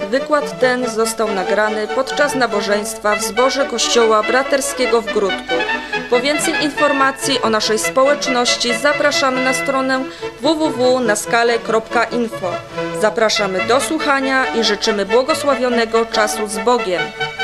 wykład ten został nagrany podczas nabożeństwa w zborze Kościoła Braterskiego w Gródku. Po więcej informacji o naszej społeczności zapraszamy na stronę www.naskale.info. Zapraszamy do słuchania i życzymy błogosławionego czasu z Bogiem.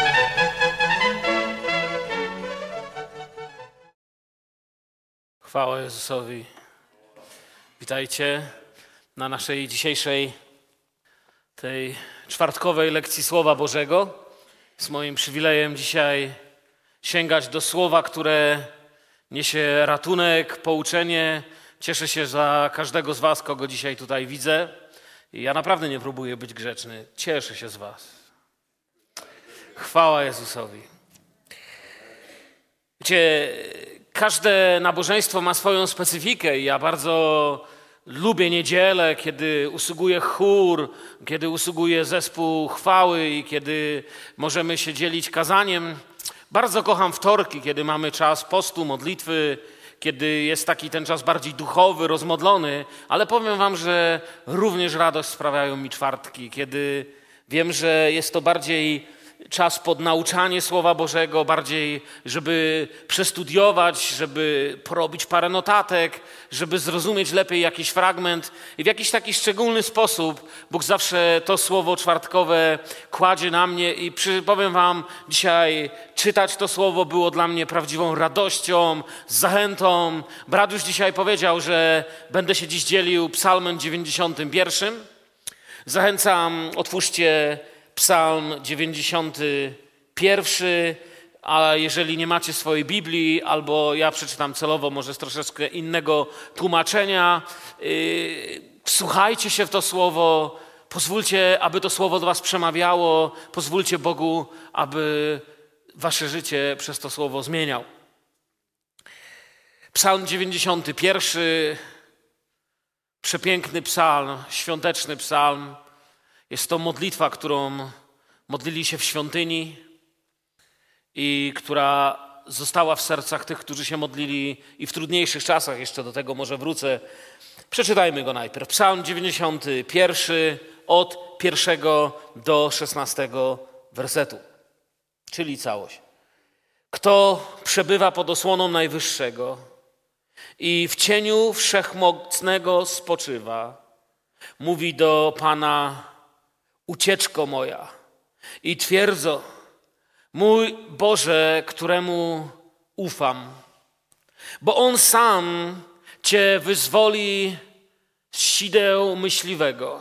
Chwała Jezusowi. Witajcie na naszej dzisiejszej, tej czwartkowej lekcji Słowa Bożego. Z moim przywilejem dzisiaj sięgać do Słowa, które niesie ratunek, pouczenie. Cieszę się za każdego z was, kogo dzisiaj tutaj widzę. I ja naprawdę nie próbuję być grzeczny. Cieszę się z was. Chwała Jezusowi. Wiecie, każde nabożeństwo ma swoją specyfikę i ja bardzo lubię niedzielę, kiedy usługuje chór, kiedy usługuje zespół chwały i kiedy możemy się dzielić kazaniem. Bardzo kocham wtorki, kiedy mamy czas postu, modlitwy, kiedy jest taki ten czas bardziej duchowy, rozmodlony, ale powiem wam, że również radość sprawiają mi czwartki, kiedy wiem, że jest to bardziej czas pod nauczanie Słowa Bożego, bardziej, żeby przestudiować, żeby porobić parę notatek, żeby zrozumieć lepiej jakiś fragment i w jakiś taki szczególny sposób Bóg zawsze to słowo czwartkowe kładzie na mnie i powiem wam, dzisiaj czytać to słowo było dla mnie prawdziwą radością, zachętą. Brat już dzisiaj powiedział, że będę się dziś dzielił psalmem 91. Zachęcam, otwórzcie Psalm 91, a jeżeli nie macie swojej Biblii, albo ja przeczytam celowo może z troszeczkę innego tłumaczenia, wsłuchajcie się w to słowo, pozwólcie, aby to słowo do was przemawiało, pozwólcie Bogu, aby wasze życie przez to słowo zmieniał. Psalm 91, przepiękny psalm, świąteczny psalm. Jest to modlitwa, którą modlili się w świątyni i która została w sercach tych, którzy się modlili i w trudniejszych czasach, jeszcze do tego może wrócę. Przeczytajmy go najpierw. Psalm 91 od 1 do 16 wersetu, czyli całość. Kto przebywa pod osłoną Najwyższego i w cieniu Wszechmocnego spoczywa, mówi do Pana: ucieczko moja i twierdzo, mój Boże, któremu ufam, bo On sam Cię wyzwoli z sideł myśliwego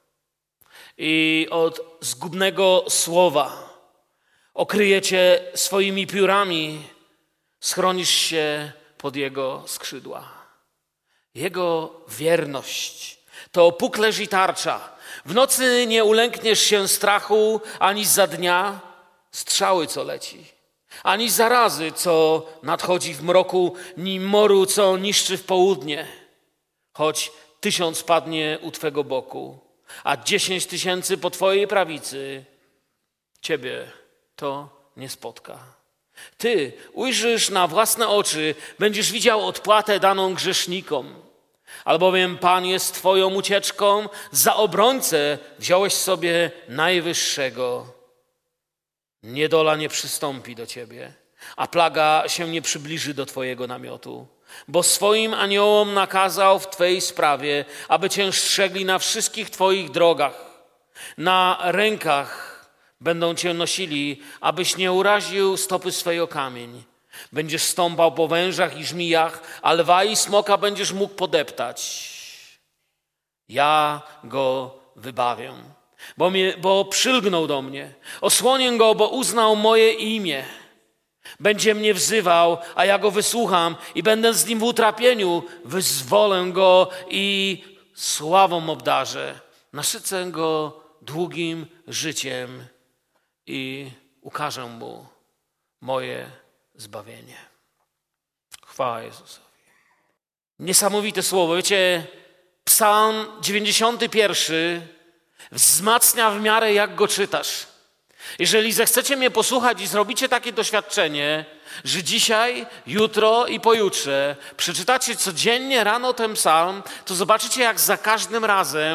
i od zgubnego słowa. Okryje Cię swoimi piórami, schronisz się pod Jego skrzydła. Jego wierność to puklerz i tarcza. W nocy nie ulękniesz się strachu, ani za dnia strzały, co leci, ani zarazy, co nadchodzi w mroku, ni moru, co niszczy w południe. Choć 1000 padnie u Twego boku, a 10 000 po Twojej prawicy, Ciebie to nie spotka. Ty ujrzysz na własne oczy, będziesz widział odpłatę daną grzesznikom. Albowiem Pan jest Twoją ucieczką, za obrońcę wziąłeś sobie Najwyższego. Niedola nie przystąpi do Ciebie, a plaga się nie przybliży do Twojego namiotu. Bo swoim aniołom nakazał w Twej sprawie, aby Cię strzegli na wszystkich Twoich drogach. Na rękach będą Cię nosili, abyś nie uraził stopy swej o kamień. Będziesz stąpał po wężach i żmijach, a lwa i smoka będziesz mógł podeptać. Ja go wybawię, bo przylgnął do mnie. Osłonię go, bo uznał moje imię. Będzie mnie wzywał, a ja go wysłucham i będę z nim w utrapieniu. Wyzwolę go i sławą obdarzę. Nasycę go długim życiem i ukażę mu moje zbawienie. Chwała Jezusowi. Niesamowite słowo. Wiecie, Psalm 91 wzmacnia w miarę jak go czytasz. Jeżeli zechcecie mnie posłuchać i zrobicie takie doświadczenie, że dzisiaj, jutro i pojutrze przeczytacie codziennie rano ten psalm, to zobaczycie, jak za każdym razem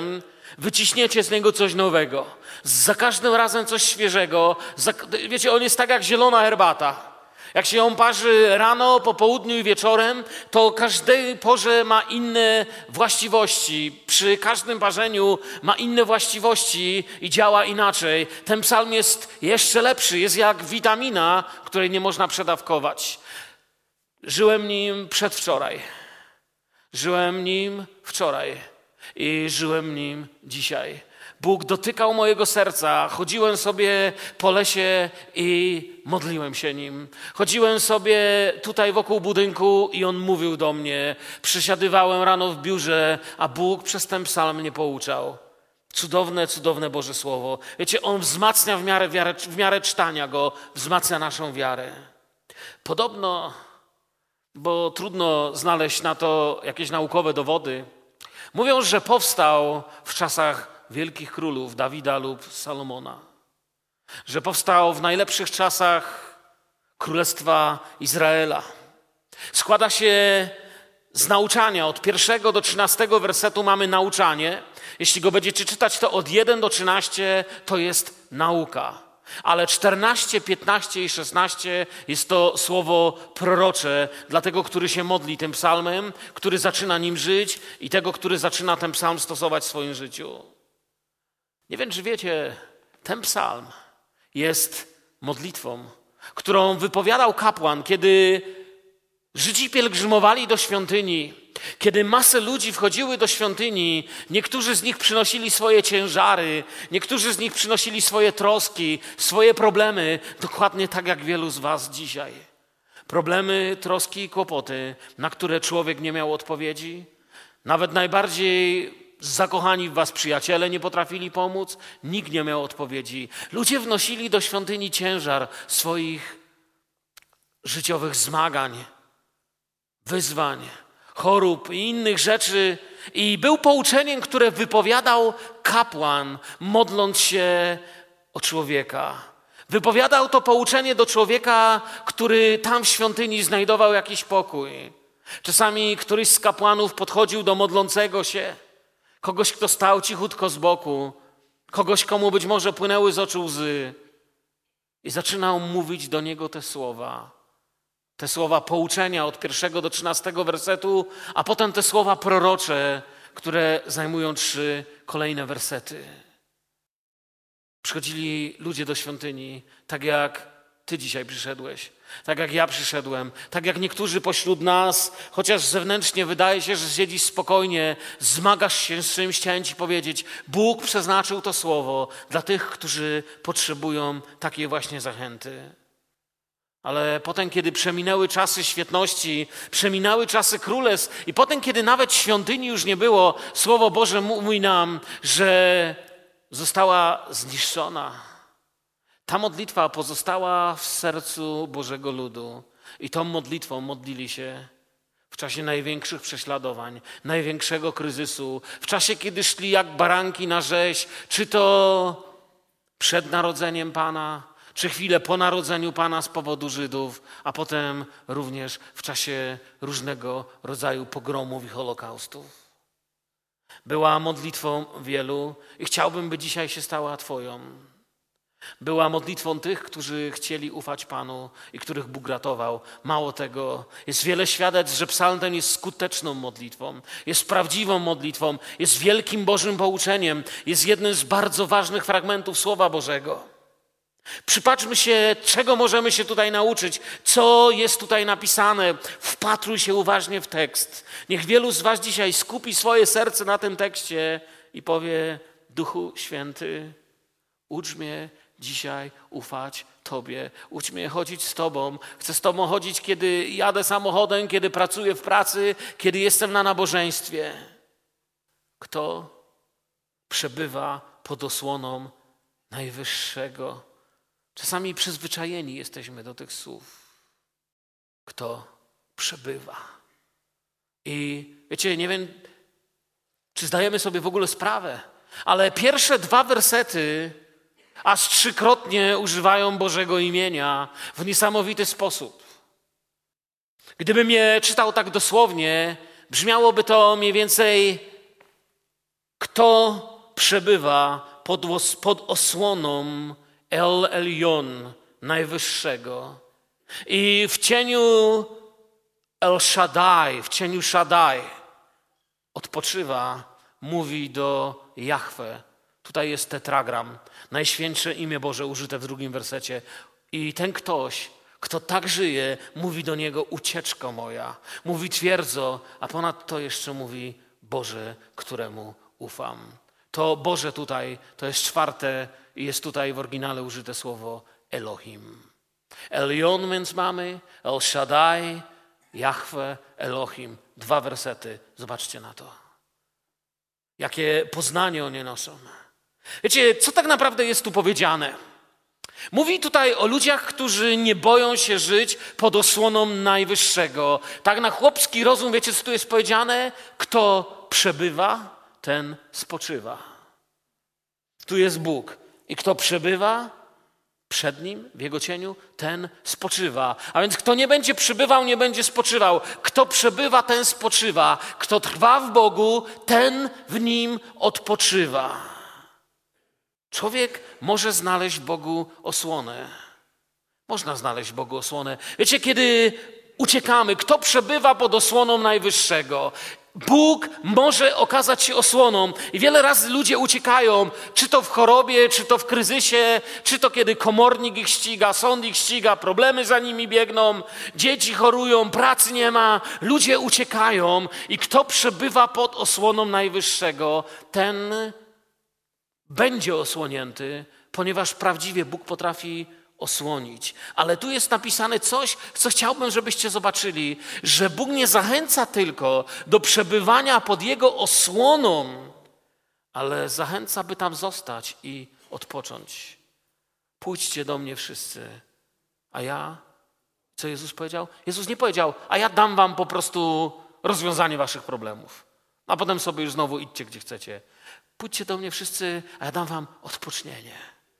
Wyciśniecie z niego coś nowego. Za każdym razem coś świeżego. Wiecie, on jest tak jak zielona herbata. Jak się ją parzy rano, po południu i wieczorem, to każdej porze ma inne właściwości. Przy każdym parzeniu ma inne właściwości i działa inaczej. Ten psalm jest jeszcze lepszy, jest jak witamina, której nie można przedawkować. Żyłem nim przedwczoraj. Żyłem nim wczoraj i żyłem nim dzisiaj. Bóg dotykał mojego serca. Chodziłem sobie po lesie i modliłem się nim. Chodziłem sobie tutaj wokół budynku i on mówił do mnie. Przysiadywałem rano w biurze, a Bóg przez ten psalm mnie pouczał. Cudowne, cudowne Boże Słowo. Wiecie, on wzmacnia w miarę czytania go, wzmacnia naszą wiarę. Podobno, bo trudno znaleźć na to jakieś naukowe dowody, mówią, że powstał w czasach wielkich królów Dawida lub Salomona. Że powstał w najlepszych czasach Królestwa Izraela. Składa się z nauczania. Od 1 do 13 wersetu mamy nauczanie. Jeśli go będziecie czytać, to od 1 do 13 to jest nauka. Ale 14, 15 i 16 jest to słowo prorocze dla tego, który się modli tym psalmem, który zaczyna nim żyć i tego, który zaczyna ten psalm stosować w swoim życiu. Nie wiem, czy wiecie, ten psalm jest modlitwą, którą wypowiadał kapłan, kiedy Żydzi pielgrzymowali do świątyni, kiedy masy ludzi wchodziły do świątyni. Niektórzy z nich przynosili swoje ciężary, niektórzy z nich przynosili swoje troski, swoje problemy, dokładnie tak jak wielu z was dzisiaj. Problemy, troski i kłopoty, na które człowiek nie miał odpowiedzi. Nawet najbardziej zakochani w was przyjaciele nie potrafili pomóc, nikt nie miał odpowiedzi. Ludzie wnosili do świątyni ciężar swoich życiowych zmagań, wyzwań, chorób i innych rzeczy. I był pouczeniem, które wypowiadał kapłan, modląc się o człowieka. Wypowiadał to pouczenie do człowieka, który tam w świątyni znajdował jakiś pokój. Czasami któryś z kapłanów podchodził do modlącego się, kogoś, kto stał cichutko z boku, kogoś, komu być może płynęły z oczu łzy i zaczynał mówić do niego te słowa pouczenia od 1 do 13 wersetu, a potem te słowa prorocze, które zajmują 3 kolejne wersety. Przychodzili ludzie do świątyni, tak jak ty dzisiaj przyszedłeś, tak jak ja przyszedłem, tak jak niektórzy pośród nas, chociaż zewnętrznie wydaje się, że siedzisz spokojnie, zmagasz się z czymś, chciałem ci powiedzieć, Bóg przeznaczył to słowo dla tych, którzy potrzebują takiej właśnie zachęty. Ale potem, kiedy przeminęły czasy świetności, przeminęły czasy królestw i potem, kiedy nawet świątyni już nie było, Słowo Boże mówi nam, że została zniszczona. Ta modlitwa pozostała w sercu Bożego ludu i tą modlitwą modlili się w czasie największych prześladowań, największego kryzysu, w czasie, kiedy szli jak baranki na rzeź, czy to przed narodzeniem Pana, czy chwilę po narodzeniu Pana z powodu Żydów, a potem również w czasie różnego rodzaju pogromów i holokaustów. Była modlitwą wielu i chciałbym, by dzisiaj się stała Twoją. Była modlitwą tych, którzy chcieli ufać Panu i których Bóg ratował. Mało tego, jest wiele świadectw, że psalm ten jest skuteczną modlitwą, jest prawdziwą modlitwą, jest wielkim Bożym pouczeniem, jest jednym z bardzo ważnych fragmentów Słowa Bożego. Przypatrzmy się, czego możemy się tutaj nauczyć, co jest tutaj napisane. Wpatruj się uważnie w tekst. Niech wielu z was dzisiaj skupi swoje serce na tym tekście i powie: Duchu Święty, ucz mnie dzisiaj ufać Tobie. Ucz mnie chodzić z Tobą. Chcę z Tobą chodzić, kiedy jadę samochodem, kiedy pracuję w pracy, kiedy jestem na nabożeństwie. Kto przebywa pod osłoną Najwyższego? Czasami przyzwyczajeni jesteśmy do tych słów. Kto przebywa? I wiecie, nie wiem, czy zdajemy sobie w ogóle sprawę, ale pierwsze 2 wersety aż 3-krotnie używają Bożego imienia w niesamowity sposób. Gdybym je czytał tak dosłownie, brzmiałoby to mniej więcej: kto przebywa pod osłoną El Elyon, Najwyższego. I w cieniu El Shaddai, w cieniu Shaddai odpoczywa, mówi do Jahwe. Tutaj jest tetragram, najświętsze imię Boże użyte w 2 wersecie. I ten ktoś, kto tak żyje, mówi do niego: ucieczko moja, mówi twierdzo, a ponadto jeszcze mówi: Boże, któremu ufam. To Boże tutaj, to jest 4 i jest tutaj w oryginale użyte słowo Elohim. Elion więc mamy, El Shaddai, Jahwe, Elohim. 2 wersety, zobaczcie na to. Jakie poznanie one noszą. Wiecie, co tak naprawdę jest tu powiedziane? Mówi tutaj o ludziach, którzy nie boją się żyć pod osłoną Najwyższego. Tak na chłopski rozum, wiecie, co tu jest powiedziane? Kto przebywa, ten spoczywa. Tu jest Bóg. I kto przebywa przed Nim, w Jego cieniu, ten spoczywa. A więc kto nie będzie przybywał, nie będzie spoczywał. Kto przebywa, ten spoczywa. Kto trwa w Bogu, ten w Nim odpoczywa. Człowiek może znaleźć w Bogu osłonę. Można znaleźć w Bogu osłonę. Wiecie, kiedy uciekamy, kto przebywa pod osłoną Najwyższego? Bóg może okazać się osłoną. I wiele razy ludzie uciekają, czy to w chorobie, czy to w kryzysie, czy to kiedy komornik ich ściga, sąd ich ściga, problemy za nimi biegną, dzieci chorują, pracy nie ma, ludzie uciekają. I kto przebywa pod osłoną Najwyższego, ten będzie osłonięty, ponieważ prawdziwie Bóg potrafi osłonić. Ale tu jest napisane coś, co chciałbym, żebyście zobaczyli, że Bóg nie zachęca tylko do przebywania pod Jego osłoną, ale zachęca, by tam zostać i odpocząć. Pójdźcie do mnie wszyscy, a ja... Co Jezus powiedział? Jezus nie powiedział: a ja dam wam po prostu rozwiązanie waszych problemów, a potem sobie już znowu idźcie, gdzie chcecie. Pójdźcie do mnie wszyscy, a ja dam wam odpocznienie.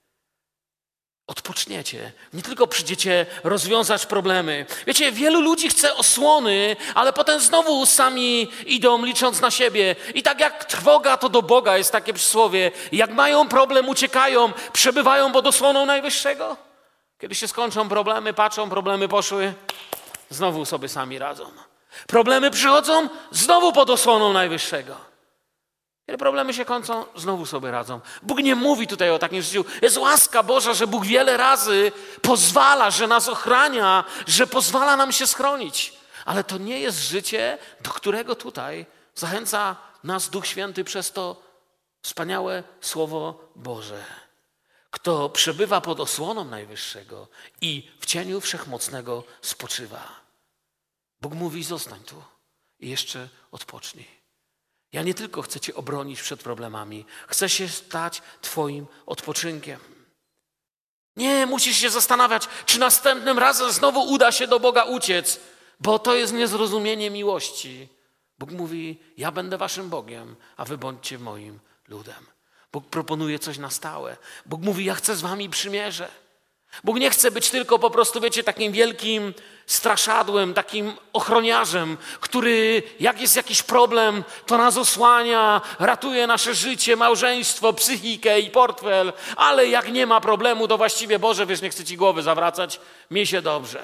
Odpoczniecie. Nie tylko przyjdziecie rozwiązać problemy. Wiecie, wielu ludzi chce osłony, ale potem znowu sami idą, licząc na siebie. I tak jak trwoga, to do Boga, jest takie przysłowie. Jak mają problem, uciekają, przebywają pod osłoną Najwyższego. Kiedy się skończą problemy, patrzą, problemy poszły, znowu sobie sami radzą. Problemy przychodzą, znowu pod osłoną Najwyższego. Kiedy problemy się kończą, znowu sobie radzą. Bóg nie mówi tutaj o takim życiu. Jest łaska Boża, że Bóg wiele razy pozwala, że nas ochrania, że pozwala nam się schronić. Ale to nie jest życie, do którego tutaj zachęca nas Duch Święty przez to wspaniałe Słowo Boże. Kto przebywa pod osłoną Najwyższego i w cieniu Wszechmocnego spoczywa. Bóg mówi: zostań tu i jeszcze odpocznij. Ja nie tylko chcę cię obronić przed problemami, chcę się stać twoim odpoczynkiem. Nie musisz się zastanawiać, czy następnym razem znowu uda się do Boga uciec, bo to jest niezrozumienie miłości. Bóg mówi: ja będę waszym Bogiem, a wy bądźcie moim ludem. Bóg proponuje coś na stałe. Bóg mówi: ja chcę z wami przymierze. Bóg nie chce być tylko po prostu, wiecie, takim wielkim straszadłem, takim ochroniarzem, który jak jest jakiś problem, to nas osłania, ratuje nasze życie, małżeństwo, psychikę i portfel, ale jak nie ma problemu, to właściwie, Boże, wiesz, nie chcę ci głowy zawracać, miej się dobrze.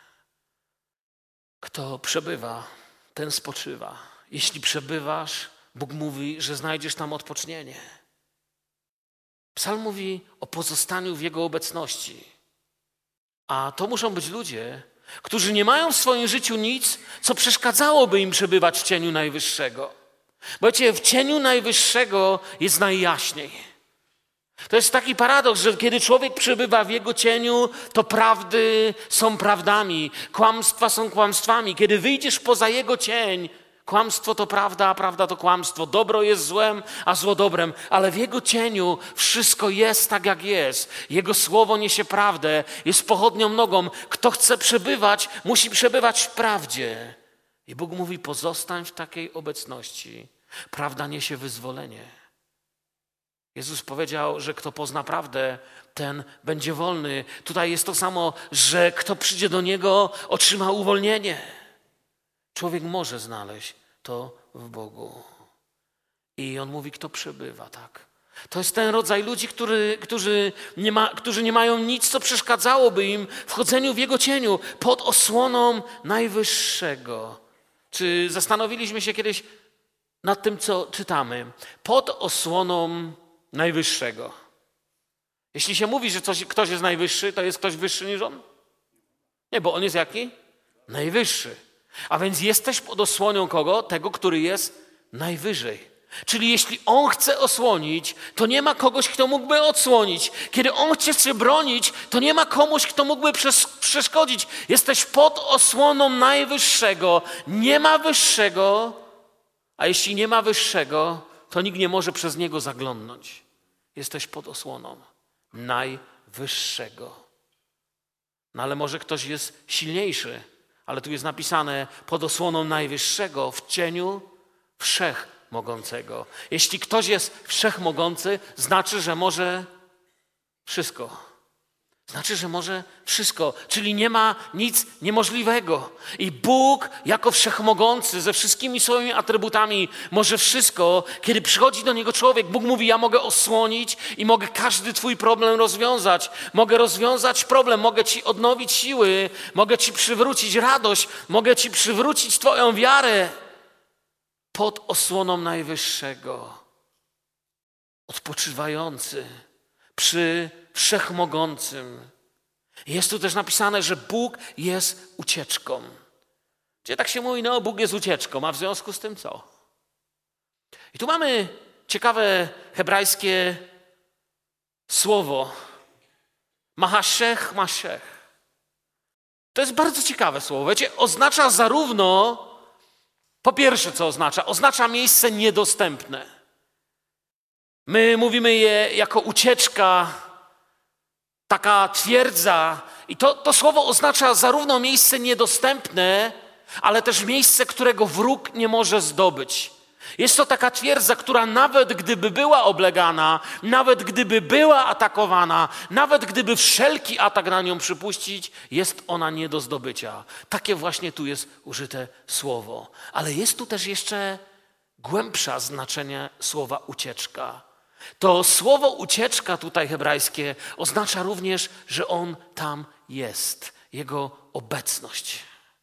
Kto przebywa, ten spoczywa. Jeśli przebywasz, Bóg mówi, że znajdziesz tam odpocznienie. Psalm mówi o pozostaniu w Jego obecności. A to muszą być ludzie, którzy nie mają w swoim życiu nic, co przeszkadzałoby im przebywać w cieniu Najwyższego. Bo wiecie, w cieniu Najwyższego jest najjaśniej. To jest taki paradoks, że kiedy człowiek przebywa w Jego cieniu, to prawdy są prawdami, kłamstwa są kłamstwami. Kiedy wyjdziesz poza Jego cień, kłamstwo to prawda, a prawda to kłamstwo. Dobro jest złem, a zło dobrem. Ale w Jego cieniu wszystko jest tak, jak jest. Jego słowo niesie prawdę, jest pochodnią nogą. Kto chce przebywać, musi przebywać w prawdzie. I Bóg mówi: pozostań w takiej obecności. Prawda niesie wyzwolenie. Jezus powiedział, że kto pozna prawdę, ten będzie wolny. Tutaj jest to samo, że kto przyjdzie do Niego, otrzyma uwolnienie. Człowiek może znaleźć to w Bogu. I On mówi: kto przebywa, tak, To jest ten rodzaj ludzi, którzy nie mają nic, co przeszkadzałoby im w chodzeniu w Jego cieniu, pod osłoną Najwyższego. Czy zastanowiliśmy się kiedyś nad tym, co czytamy? Pod osłoną Najwyższego. Jeśli się mówi, że ktoś jest najwyższy, to jest ktoś wyższy niż on? Nie, bo on jest jaki? Najwyższy. A więc jesteś pod osłoną kogo? Tego, który jest najwyżej. Czyli jeśli on chce osłonić, to nie ma kogoś, kto mógłby odsłonić. Kiedy on chce się bronić, to nie ma komuś, kto mógłby przeszkodzić. Jesteś pod osłoną Najwyższego. Nie ma wyższego, a jeśli nie ma wyższego, to nikt nie może przez niego zaglądnąć. Jesteś pod osłoną Najwyższego. No ale może ktoś jest silniejszy, ale tu jest napisane pod osłoną Najwyższego w cieniu Wszechmogącego. Jeśli ktoś jest wszechmogący, znaczy, że może wszystko. Znaczy, że może wszystko, czyli nie ma nic niemożliwego. I Bóg jako wszechmogący ze wszystkimi swoimi atrybutami może wszystko. Kiedy przychodzi do Niego człowiek, Bóg mówi, ja mogę osłonić i mogę każdy twój problem rozwiązać. Mogę rozwiązać problem, mogę ci odnowić siły, mogę ci przywrócić radość, mogę ci przywrócić twoją wiarę. Pod osłoną Najwyższego, odpoczywający przy Wszechmogącym. Jest tu też napisane, że Bóg jest ucieczką. Gdzie tak się mówi, no Bóg jest ucieczką, a w związku z tym co? I tu mamy ciekawe hebrajskie słowo. Mahashech, mashech. To jest bardzo ciekawe słowo. Wiecie, oznacza zarówno, po pierwsze co oznacza? Oznacza miejsce niedostępne. My mówimy je jako ucieczka, taka twierdza. I to słowo oznacza zarówno miejsce niedostępne, ale też miejsce, którego wróg nie może zdobyć. Jest to taka twierdza, która nawet gdyby była oblegana, nawet gdyby była atakowana, nawet gdyby wszelki atak na nią przypuścić, jest ona nie do zdobycia. Takie właśnie tu jest użyte słowo. Ale jest tu też jeszcze głębsze znaczenie słowa ucieczka. To słowo ucieczka tutaj hebrajskie oznacza również, że on tam jest, jego obecność.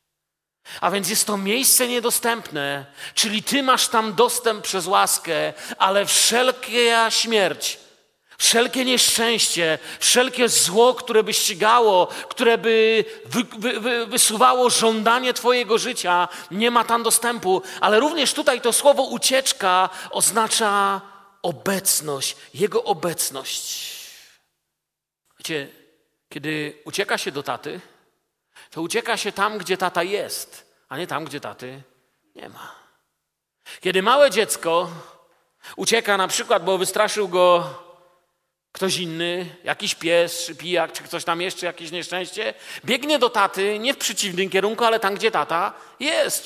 A więc jest to miejsce niedostępne, czyli ty masz tam dostęp przez łaskę, ale wszelka śmierć, wszelkie nieszczęście, wszelkie zło, które by ścigało, które by wysuwało żądanie twojego życia, nie ma tam dostępu. Ale również tutaj to słowo ucieczka oznacza obecność, jego obecność. Wiecie, kiedy ucieka się do taty, to ucieka się tam, gdzie tata jest, a nie tam, gdzie taty nie ma. Kiedy małe dziecko ucieka na przykład, bo wystraszył go ktoś inny, jakiś pies, czy pijak, czy ktoś tam jeszcze, jakieś nieszczęście, biegnie do taty nie w przeciwnym kierunku, ale tam, gdzie tata jest,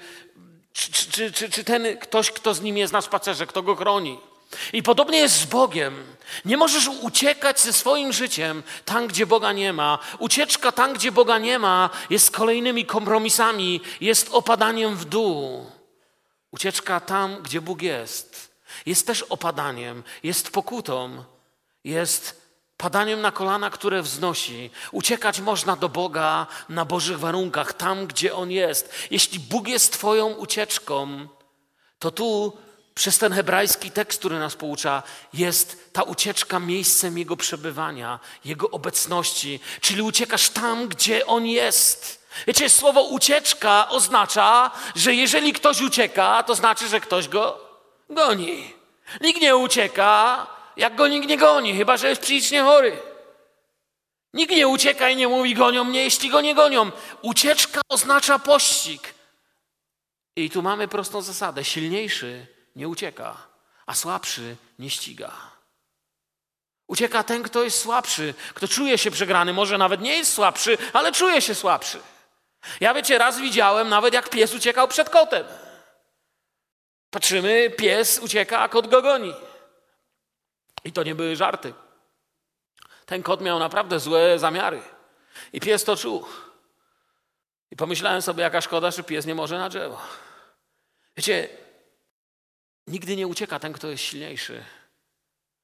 czy ten ktoś, kto z nim jest na spacerze, kto go chroni. I podobnie jest z Bogiem. Nie możesz uciekać ze swoim życiem tam, gdzie Boga nie ma. Ucieczka tam, gdzie Boga nie ma, jest kolejnymi kompromisami, jest opadaniem w dół. Ucieczka tam, gdzie Bóg jest też opadaniem, jest pokutą, jest padaniem na kolana, które wznosi. Uciekać można do Boga na Bożych warunkach, tam, gdzie On jest. Jeśli Bóg jest twoją ucieczką, to tu przez ten hebrajski tekst, który nas poucza, jest ta ucieczka miejscem Jego przebywania, Jego obecności. Czyli uciekasz tam, gdzie On jest. Wiecie, słowo ucieczka oznacza, że jeżeli ktoś ucieka, to znaczy, że ktoś go goni. Nikt nie ucieka, jak go nikt nie goni, chyba że jest psychicznie chory. Nikt nie ucieka i nie mówi, gonią mnie, jeśli go nie gonią. Ucieczka oznacza pościg. I tu mamy prostą zasadę. Silniejszy nie ucieka, a słabszy nie ściga. Ucieka ten, kto jest słabszy, kto czuje się przegrany. Może nawet nie jest słabszy, ale czuje się słabszy. Ja wiecie, raz widziałem nawet jak pies uciekał przed kotem. Patrzymy, pies ucieka, a kot go goni. I to nie były żarty. Ten kot miał naprawdę złe zamiary. I pies to czuł. I pomyślałem sobie, jaka szkoda, że pies nie może na drzewo. Wiecie, nigdy nie ucieka ten, kto jest silniejszy,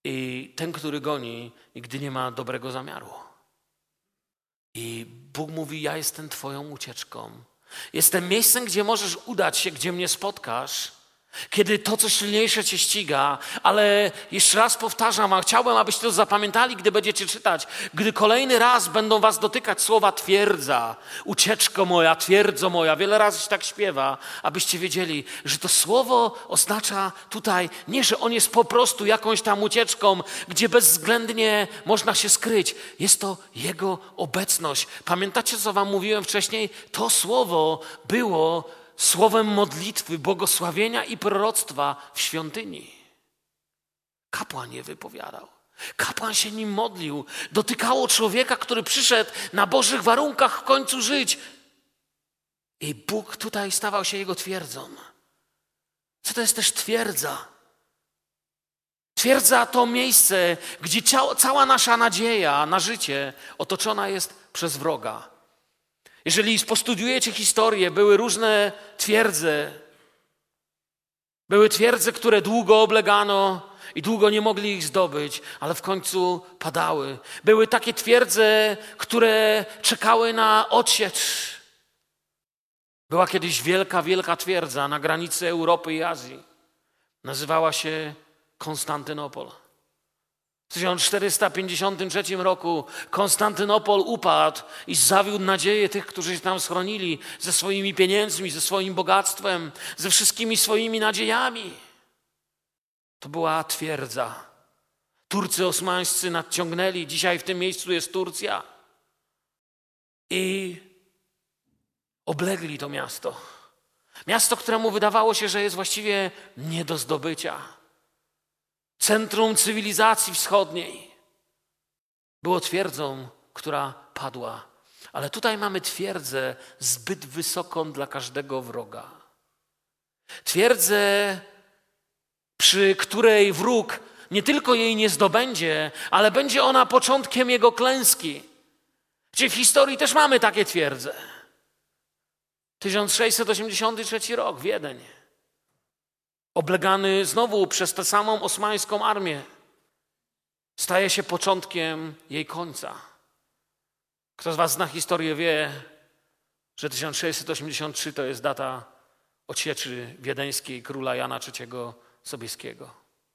I ten, który goni, nigdy nie ma dobrego zamiaru. I Bóg mówi, ja jestem twoją ucieczką. Jestem miejscem, gdzie możesz udać się, gdzie mnie spotkasz, kiedy to, co silniejsze cię ściga, ale jeszcze raz powtarzam, a chciałbym, abyście to zapamiętali, gdy będziecie czytać, gdy kolejny raz będą was dotykać słowa twierdza, ucieczko moja, twierdzo moja, wiele razy się tak śpiewa, abyście wiedzieli, że to słowo oznacza tutaj nie, że on jest po prostu jakąś tam ucieczką, gdzie bezwzględnie można się skryć. Jest to Jego obecność. Pamiętacie, co wam mówiłem wcześniej? To słowo było słowem modlitwy, błogosławienia i proroctwa w świątyni. Kapłan je wypowiadał. Kapłan się nim modlił. Dotykało człowieka, który przyszedł na Bożych warunkach w końcu żyć. I Bóg tutaj stawał się jego twierdzą. Co to jest też twierdza? Twierdza to miejsce, gdzie cała nasza nadzieja na życie otoczona jest przez wroga. Jeżeli postudiujecie historię, były różne twierdze. Były twierdze, które długo oblegano i długo nie mogli ich zdobyć, ale w końcu padały. Były takie twierdze, które czekały na odsiecz. Była kiedyś wielka twierdza na granicy Europy i Azji. Nazywała się Konstantynopol. W 1453 roku Konstantynopol upadł i zawiódł nadzieję tych, którzy się tam schronili ze swoimi pieniędzmi, ze swoim bogactwem, ze wszystkimi swoimi nadziejami. To była twierdza. Turcy osmańscy nadciągnęli. Dzisiaj w tym miejscu jest Turcja. I oblegli to miasto. Miasto, któremu wydawało się, że jest właściwie nie do zdobycia. Centrum cywilizacji wschodniej. Było twierdzą, która padła. Ale tutaj mamy twierdzę zbyt wysoką dla każdego wroga. Twierdzę, przy której wróg nie tylko jej nie zdobędzie, ale będzie ona początkiem jego klęski. Gdzie w historii też mamy takie twierdze. 1683 rok, Wiedeń. Oblegany znowu przez tę samą osmańską armię, staje się początkiem jej końca. Kto z was zna historię, wie, że 1683 to jest data odsieczy wiedeńskiej króla Jana III Sobieskiego.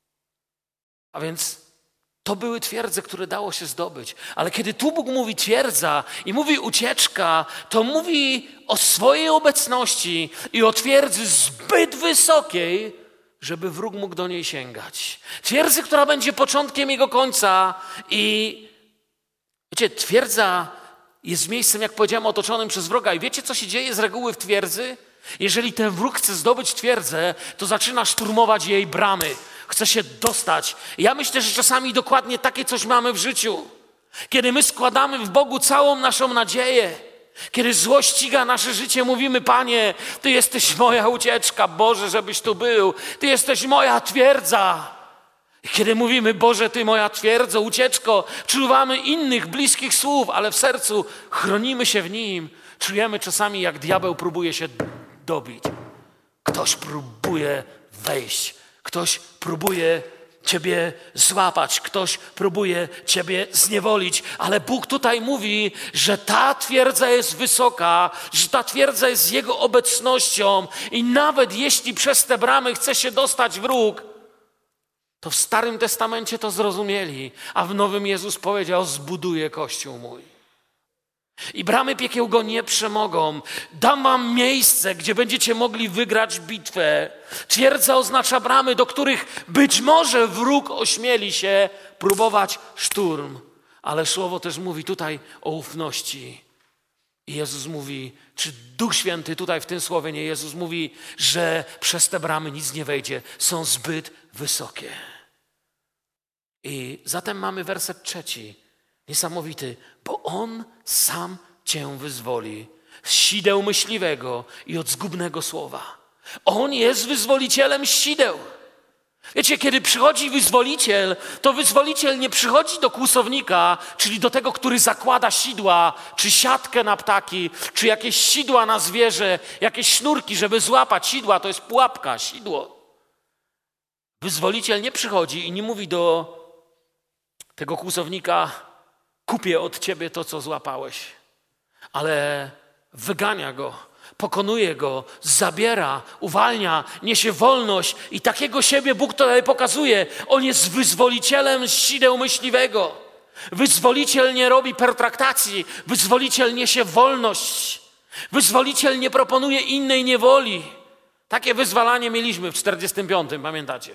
A więc to były twierdze, które dało się zdobyć. Ale kiedy tu Bóg mówi twierdza i mówi ucieczka, to mówi o swojej obecności i o twierdzy zbyt wysokiej, żeby wróg mógł do niej sięgać. Twierdzy, która będzie początkiem jego końca. I wiecie, twierdza jest miejscem, jak powiedziałem, otoczonym przez wroga. I wiecie, co się dzieje z reguły w twierdzy? Jeżeli ten wróg chce zdobyć twierdzę, to zaczyna szturmować jej bramy. Chce się dostać. Ja myślę, że czasami dokładnie takie coś mamy w życiu. Kiedy my składamy w Bogu całą naszą nadzieję, kiedy zło ściga nasze życie, mówimy: Panie, Ty jesteś moja ucieczka, Boże, żebyś tu był. Ty jesteś moja twierdza. I kiedy mówimy: Boże, Ty moja twierdza, ucieczko, czuwamy innych bliskich słów, ale w sercu chronimy się w Nim. Czujemy czasami, jak diabeł próbuje się dobić. Ktoś próbuje wejść. Ktoś próbuje Ciebie złapać, ktoś próbuje Ciebie zniewolić, ale Bóg tutaj mówi, że ta twierdza jest wysoka, że ta twierdza jest z Jego obecnością i nawet jeśli przez te bramy chce się dostać wróg, to w Starym Testamencie to zrozumieli, a w Nowym Jezus powiedział: zbuduję Kościół mój. I bramy piekieł go nie przemogą. Dam wam miejsce, gdzie będziecie mogli wygrać bitwę. Twierdza oznacza bramy, do których być może wróg ośmieli się próbować szturm. Ale Słowo też mówi tutaj o ufności. I Jezus mówi, czy Duch Święty tutaj w tym słowie, nie, Jezus mówi, że przez te bramy nic nie wejdzie. Są zbyt wysokie. I zatem mamy werset 3. Niesamowity, bo On sam cię wyzwoli z sideł myśliwego i od zgubnego słowa. On jest wyzwolicielem z sideł. Wiecie, kiedy przychodzi wyzwoliciel, to wyzwoliciel nie przychodzi do kłusownika, czyli do tego, który zakłada sidła, czy siatkę na ptaki, czy jakieś sidła na zwierzę, jakieś sznurki, żeby złapać sidła. To jest pułapka, sidło. Wyzwoliciel nie przychodzi i nie mówi do tego kłusownika kupię od ciebie to, co złapałeś. Ale wygania go, pokonuje go, zabiera, uwalnia, niesie wolność i takiego siebie Bóg tutaj pokazuje. On jest wyzwolicielem z sideł myśliwego. Wyzwoliciel nie robi pertraktacji, wyzwoliciel niesie wolność. Wyzwoliciel nie proponuje innej niewoli. Takie wyzwalanie mieliśmy w 45, pamiętacie?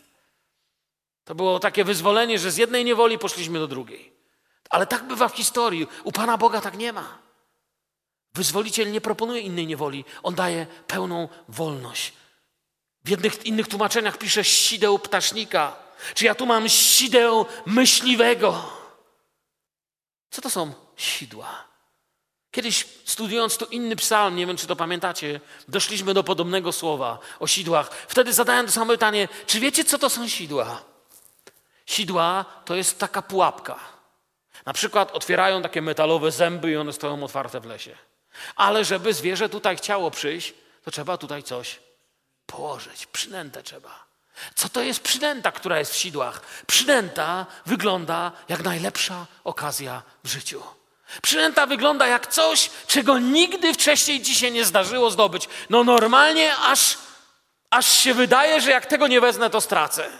To było takie wyzwolenie, że z jednej niewoli poszliśmy do drugiej. Ale tak bywa w historii. U Pana Boga tak nie ma. Wyzwoliciel nie proponuje innej niewoli. On daje pełną wolność. W innych tłumaczeniach pisze sideł ptasznika. Czy ja tu mam sideł myśliwego? Co to są sidła? Kiedyś studiując tu inny psalm, nie wiem czy to pamiętacie, doszliśmy do podobnego słowa o sidłach. Wtedy zadałem to samo pytanie, czy wiecie co to są sidła? Sidła to jest taka pułapka. Na przykład otwierają takie metalowe zęby i one stoją otwarte w lesie. Ale żeby zwierzę tutaj chciało przyjść, to trzeba tutaj coś położyć. Przynętę trzeba. Co to jest przynęta, która jest w sidłach? Przynęta wygląda jak najlepsza okazja w życiu. Przynęta wygląda jak coś, czego nigdy wcześniej ci się nie zdarzyło zdobyć. No normalnie aż się wydaje, że jak tego nie wezmę, to stracę.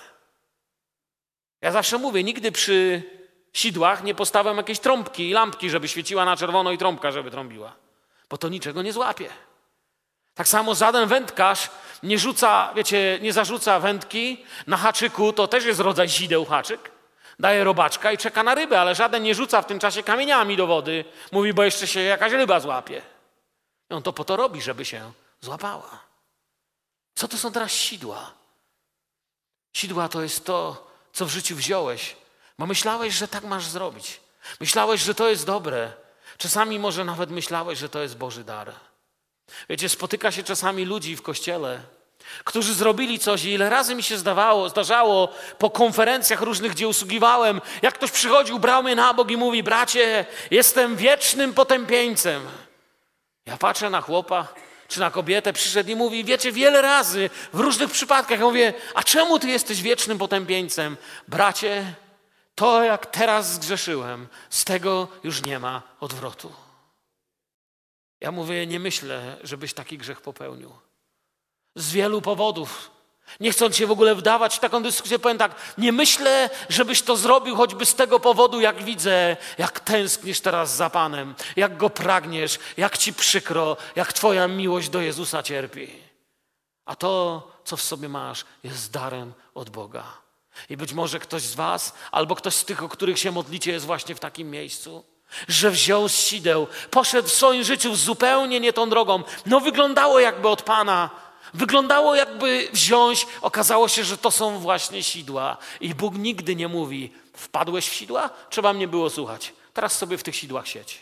Ja zawsze mówię, nigdy przy sidłach nie postawiam jakiejś trąbki i lampki, żeby świeciła na czerwono i trąbka, żeby trąbiła. Bo to niczego nie złapie. Tak samo żaden wędkarz nie rzuca, nie zarzuca wędki na haczyku, to też jest rodzaj sideł haczyk. Daje robaczka i czeka na rybę, ale żaden nie rzuca w tym czasie kamieniami do wody. Mówi, bo jeszcze się jakaś ryba złapie. I on to po to robi, żeby się złapała. Co to są teraz sidła? Sidła to jest to, co w życiu wziąłeś, bo myślałeś, że tak masz zrobić. Myślałeś, że to jest dobre. Czasami może nawet myślałeś, że to jest Boży dar. Wiecie, spotyka się czasami ludzi w kościele, którzy zrobili coś i ile razy mi się zdarzało po konferencjach różnych, gdzie usługiwałem, jak ktoś przychodził, brał mnie na bok i mówi, bracie, jestem wiecznym potępieńcem. Ja patrzę na chłopa czy na kobietę, przyszedł i mówi, wiecie, wiele razy w różnych przypadkach, ja mówię, a czemu ty jesteś wiecznym potępieńcem? Bracie, to jak teraz zgrzeszyłem, z tego już nie ma odwrotu. Ja mówię, nie myślę, żebyś taki grzech popełnił. Z wielu powodów. Nie chcąc się w ogóle wdawać w taką dyskusję, powiem tak, nie myślę, żebyś to zrobił choćby z tego powodu, jak widzę, jak tęsknisz teraz za Panem, jak Go pragniesz, jak ci przykro, jak twoja miłość do Jezusa cierpi. A to, co w sobie masz, jest darem od Boga. I być może ktoś z was, albo ktoś z tych, o których się modlicie, jest właśnie w takim miejscu, że wziął z sideł, poszedł w swoim życiu zupełnie nie tą drogą. No wyglądało jakby od Pana, wyglądało jakby wziąć, okazało się, że to są właśnie sidła. I Bóg nigdy nie mówi, wpadłeś w sidła? Trzeba mnie było słuchać. Teraz sobie w tych sidłach siedź.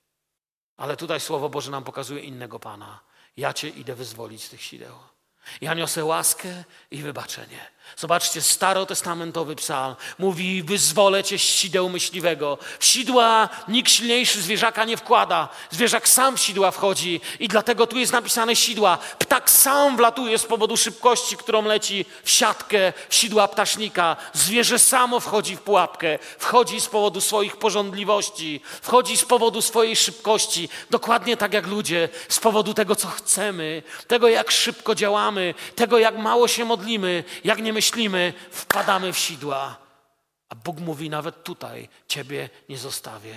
Ale tutaj Słowo Boże nam pokazuje innego Pana. Ja cię idę wyzwolić z tych sideł. Ja niosę łaskę i wybaczenie. Zobaczcie, starotestamentowy psalm mówi, wyzwolę cię z sideł myśliwego. W sidła nikt silniejszy zwierzaka nie wkłada. Zwierzak sam w sidła wchodzi i dlatego tu jest napisane sidła. Ptak sam wlatuje z powodu szybkości, którą leci w siatkę, w sidła ptasznika. Zwierzę samo wchodzi w pułapkę. Wchodzi z powodu swoich pożądliwości. Wchodzi z powodu swojej szybkości. Dokładnie tak jak ludzie. Z powodu tego, co chcemy. Tego, jak szybko działamy. Tego, jak mało się modlimy. Jak nie myślimy, wpadamy w sidła. A Bóg mówi, nawet tutaj ciebie nie zostawię.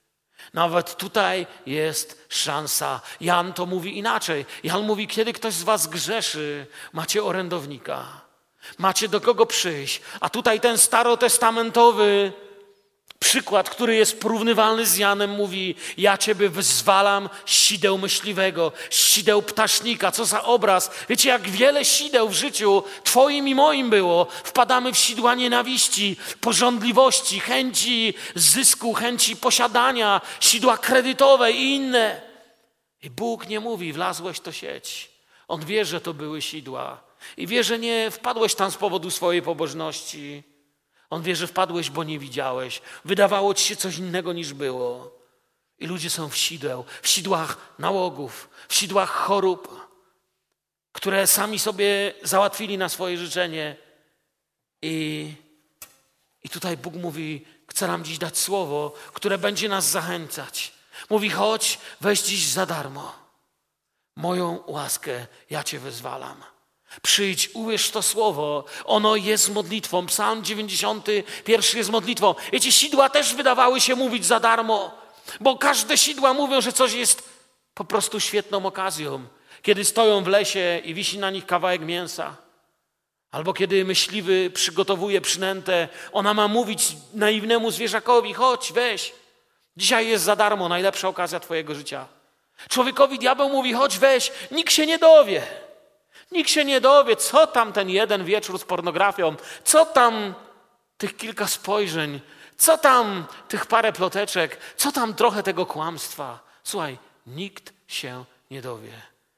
Nawet tutaj jest szansa. Jan to mówi inaczej. Jan mówi, kiedy ktoś z was grzeszy, macie orędownika. Macie do kogo przyjść. A tutaj ten starotestamentowy przykład, który jest porównywalny z Janem, mówi, ja ciebie wyzwalam z sideł myśliwego, z sideł ptasznika. Co za obraz. Wiecie, jak wiele sideł w życiu twoim i moim było. Wpadamy w sidła nienawiści, pożądliwości, chęci zysku, chęci posiadania, sidła kredytowe i inne. I Bóg nie mówi, wlazłeś to sieć. On wie, że to były sidła. I wie, że nie wpadłeś tam z powodu swojej pobożności. On wie, że wpadłeś, bo nie widziałeś. Wydawało ci się coś innego niż było. I ludzie są w sidłach nałogów, w sidłach chorób, które sami sobie załatwili na swoje życzenie. I tutaj Bóg mówi, chce nam dziś dać słowo, które będzie nas zachęcać. Mówi, chodź, weź dziś za darmo. Moją łaskę ja cię wyzwalam. Przyjdź, uwierz w to słowo. Ono jest modlitwą. Psalm 91 jest modlitwą. Wiecie, sidła też wydawały się mówić za darmo, bo każde sidła mówią, że coś jest po prostu świetną okazją. Kiedy stoją w lesie i wisi na nich kawałek mięsa, albo kiedy myśliwy przygotowuje przynętę, ona ma mówić naiwnemu zwierzakowi, chodź, weź. Dzisiaj jest za darmo najlepsza okazja twojego życia. Człowiekowi diabeł mówi, chodź, weź. Nikt się nie dowie. Nikt się nie dowie, co tam ten jeden wieczór z pornografią, co tam tych kilka spojrzeń, co tam tych parę ploteczek, co tam trochę tego kłamstwa. Słuchaj, nikt się nie dowie.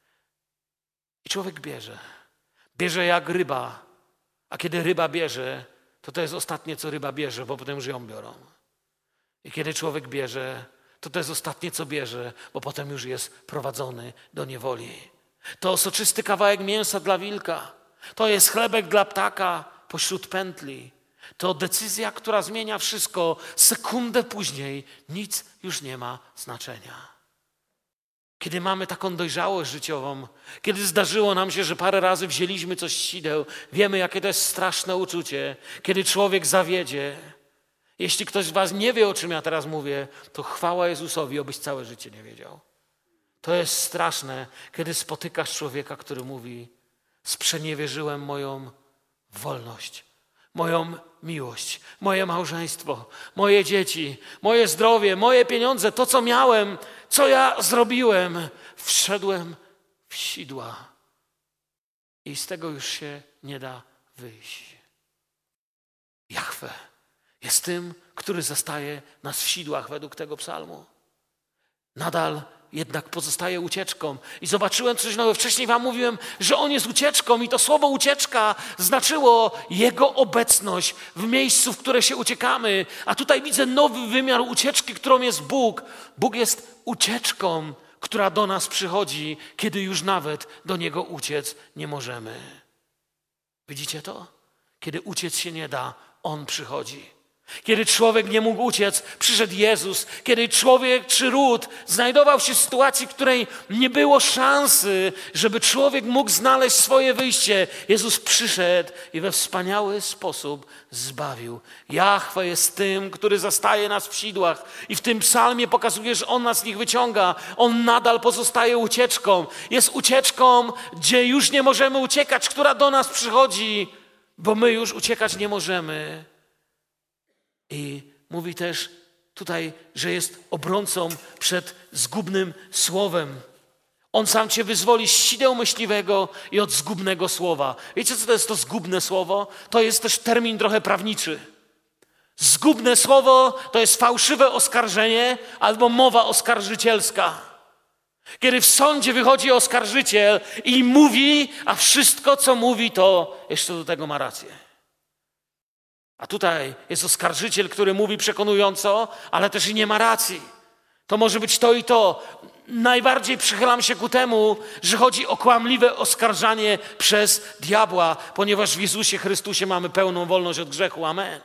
I człowiek bierze. Bierze jak ryba. A kiedy ryba bierze, to jest ostatnie, co ryba bierze, bo potem już ją biorą. I kiedy człowiek bierze, to jest ostatnie, co bierze, bo potem już jest prowadzony do niewoli. To soczysty kawałek mięsa dla wilka. To jest chlebek dla ptaka pośród pętli. To decyzja, która zmienia wszystko. Sekundę później nic już nie ma znaczenia. Kiedy mamy taką dojrzałość życiową, kiedy zdarzyło nam się, że parę razy wzięliśmy coś z sideł, wiemy, jakie to jest straszne uczucie, kiedy człowiek zawiedzie. Jeśli ktoś z was nie wie, o czym ja teraz mówię, to chwała Jezusowi, obyś całe życie nie wiedział. To jest straszne, kiedy spotykasz człowieka, który mówi, sprzeniewierzyłem moją wolność, moją miłość, moje małżeństwo, moje dzieci, moje zdrowie, moje pieniądze, to co miałem, co ja zrobiłem. Wszedłem w sidła i z tego już się nie da wyjść. Jahwe jest tym, który zastaje nas w sidłach według tego psalmu. Nadal jednak pozostaje ucieczką. I zobaczyłem coś nowego. Wcześniej wam mówiłem, że on jest ucieczką i to słowo ucieczka znaczyło jego obecność w miejscu, w które się uciekamy. A tutaj widzę nowy wymiar ucieczki, którą jest Bóg. Bóg jest ucieczką, która do nas przychodzi, kiedy już nawet do Niego uciec nie możemy. Widzicie to? Kiedy uciec się nie da, On przychodzi. Kiedy człowiek nie mógł uciec, przyszedł Jezus. Kiedy człowiek czy ród znajdował się w sytuacji, w której nie było szansy, żeby człowiek mógł znaleźć swoje wyjście, Jezus przyszedł i we wspaniały sposób zbawił. Jahwe jest tym, który zastaje nas w sidłach i w tym psalmie pokazuje, że On nas z nich wyciąga. On nadal pozostaje ucieczką. Jest ucieczką, gdzie już nie możemy uciekać, która do nas przychodzi, bo my już uciekać nie możemy. I mówi też tutaj, że jest obrońcą przed zgubnym słowem. On sam cię wyzwoli z sideł myśliwego i od zgubnego słowa. Wiecie, co to jest to zgubne słowo? To jest też termin trochę prawniczy. Zgubne słowo to jest fałszywe oskarżenie albo mowa oskarżycielska. Kiedy w sądzie wychodzi oskarżyciel i mówi, a wszystko, co mówi, to jeszcze do tego ma rację. A tutaj jest oskarżyciel, który mówi przekonująco, ale też i nie ma racji. To może być to i to. Najbardziej przychylam się ku temu, że chodzi o kłamliwe oskarżanie przez diabła, ponieważ w Jezusie Chrystusie mamy pełną wolność od grzechu. Amen.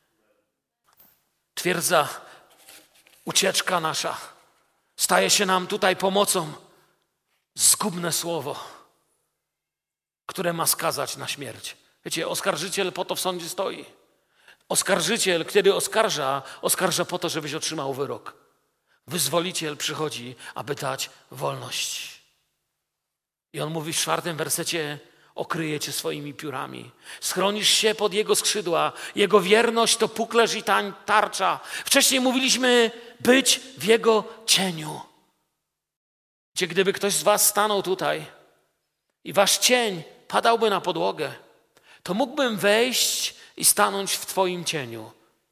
Twierdza, ucieczka nasza staje się nam tutaj pomocą. Zgubne słowo, które ma skazać na śmierć. Wiecie, oskarżyciel po to w sądzie stoi. Oskarżyciel, kiedy oskarża po to, żebyś otrzymał wyrok. Wyzwoliciel przychodzi, aby dać wolność. I on mówi w 4 wersecie, okryje cię swoimi piórami. Schronisz się pod Jego skrzydła. Jego wierność to puklerz i tarcza. Wcześniej mówiliśmy być w Jego cieniu. Gdzie gdyby ktoś z was stanął tutaj i wasz cień padałby na podłogę, to mógłbym wejść i stanąć w twoim cieniu.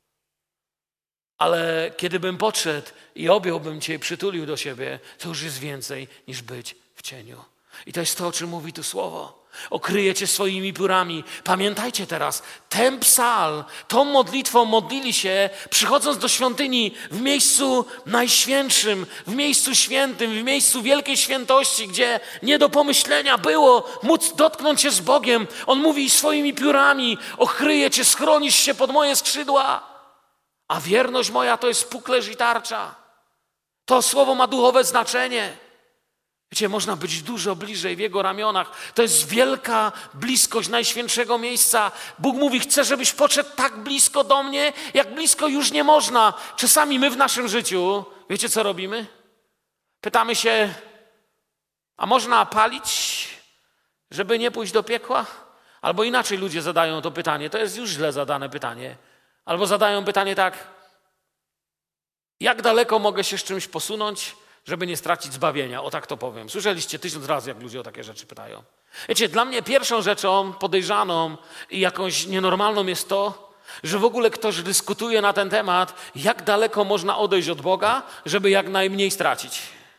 Ale kiedy bym podszedł i objąłbym cię i przytulił do siebie, to już jest więcej niż być w cieniu. I to jest to, o czym mówi tu słowo. Okryje cię swoimi piórami. Pamiętajcie teraz, ten psalm, tą modlitwą modlili się, przychodząc do świątyni w miejscu najświętszym, w miejscu świętym, w miejscu wielkiej świętości, gdzie nie do pomyślenia było móc dotknąć się z Bogiem. On mówi swoimi piórami, okryje cię, schronisz się pod moje skrzydła. A wierność moja to jest puklerz i tarcza. To słowo ma duchowe znaczenie. Wiecie, można być dużo bliżej w Jego ramionach. To jest wielka bliskość Najświętszego miejsca. Bóg mówi, chcę, żebyś podszedł tak blisko do mnie, jak blisko już nie można. Czasami my w naszym życiu, wiecie co robimy? Pytamy się, a można palić, żeby nie pójść do piekła? Albo inaczej ludzie zadają to pytanie. To jest już źle zadane pytanie. Albo zadają pytanie tak, jak daleko mogę się z czymś posunąć, żeby nie stracić zbawienia? O tak to powiem. Słyszeliście 1000 razy, jak ludzie o takie rzeczy pytają. Wiecie, dla mnie pierwszą rzeczą podejrzaną i jakąś nienormalną jest to, że w ogóle ktoś dyskutuje na ten temat, jak daleko można odejść od Boga, żeby jak najmniej stracić.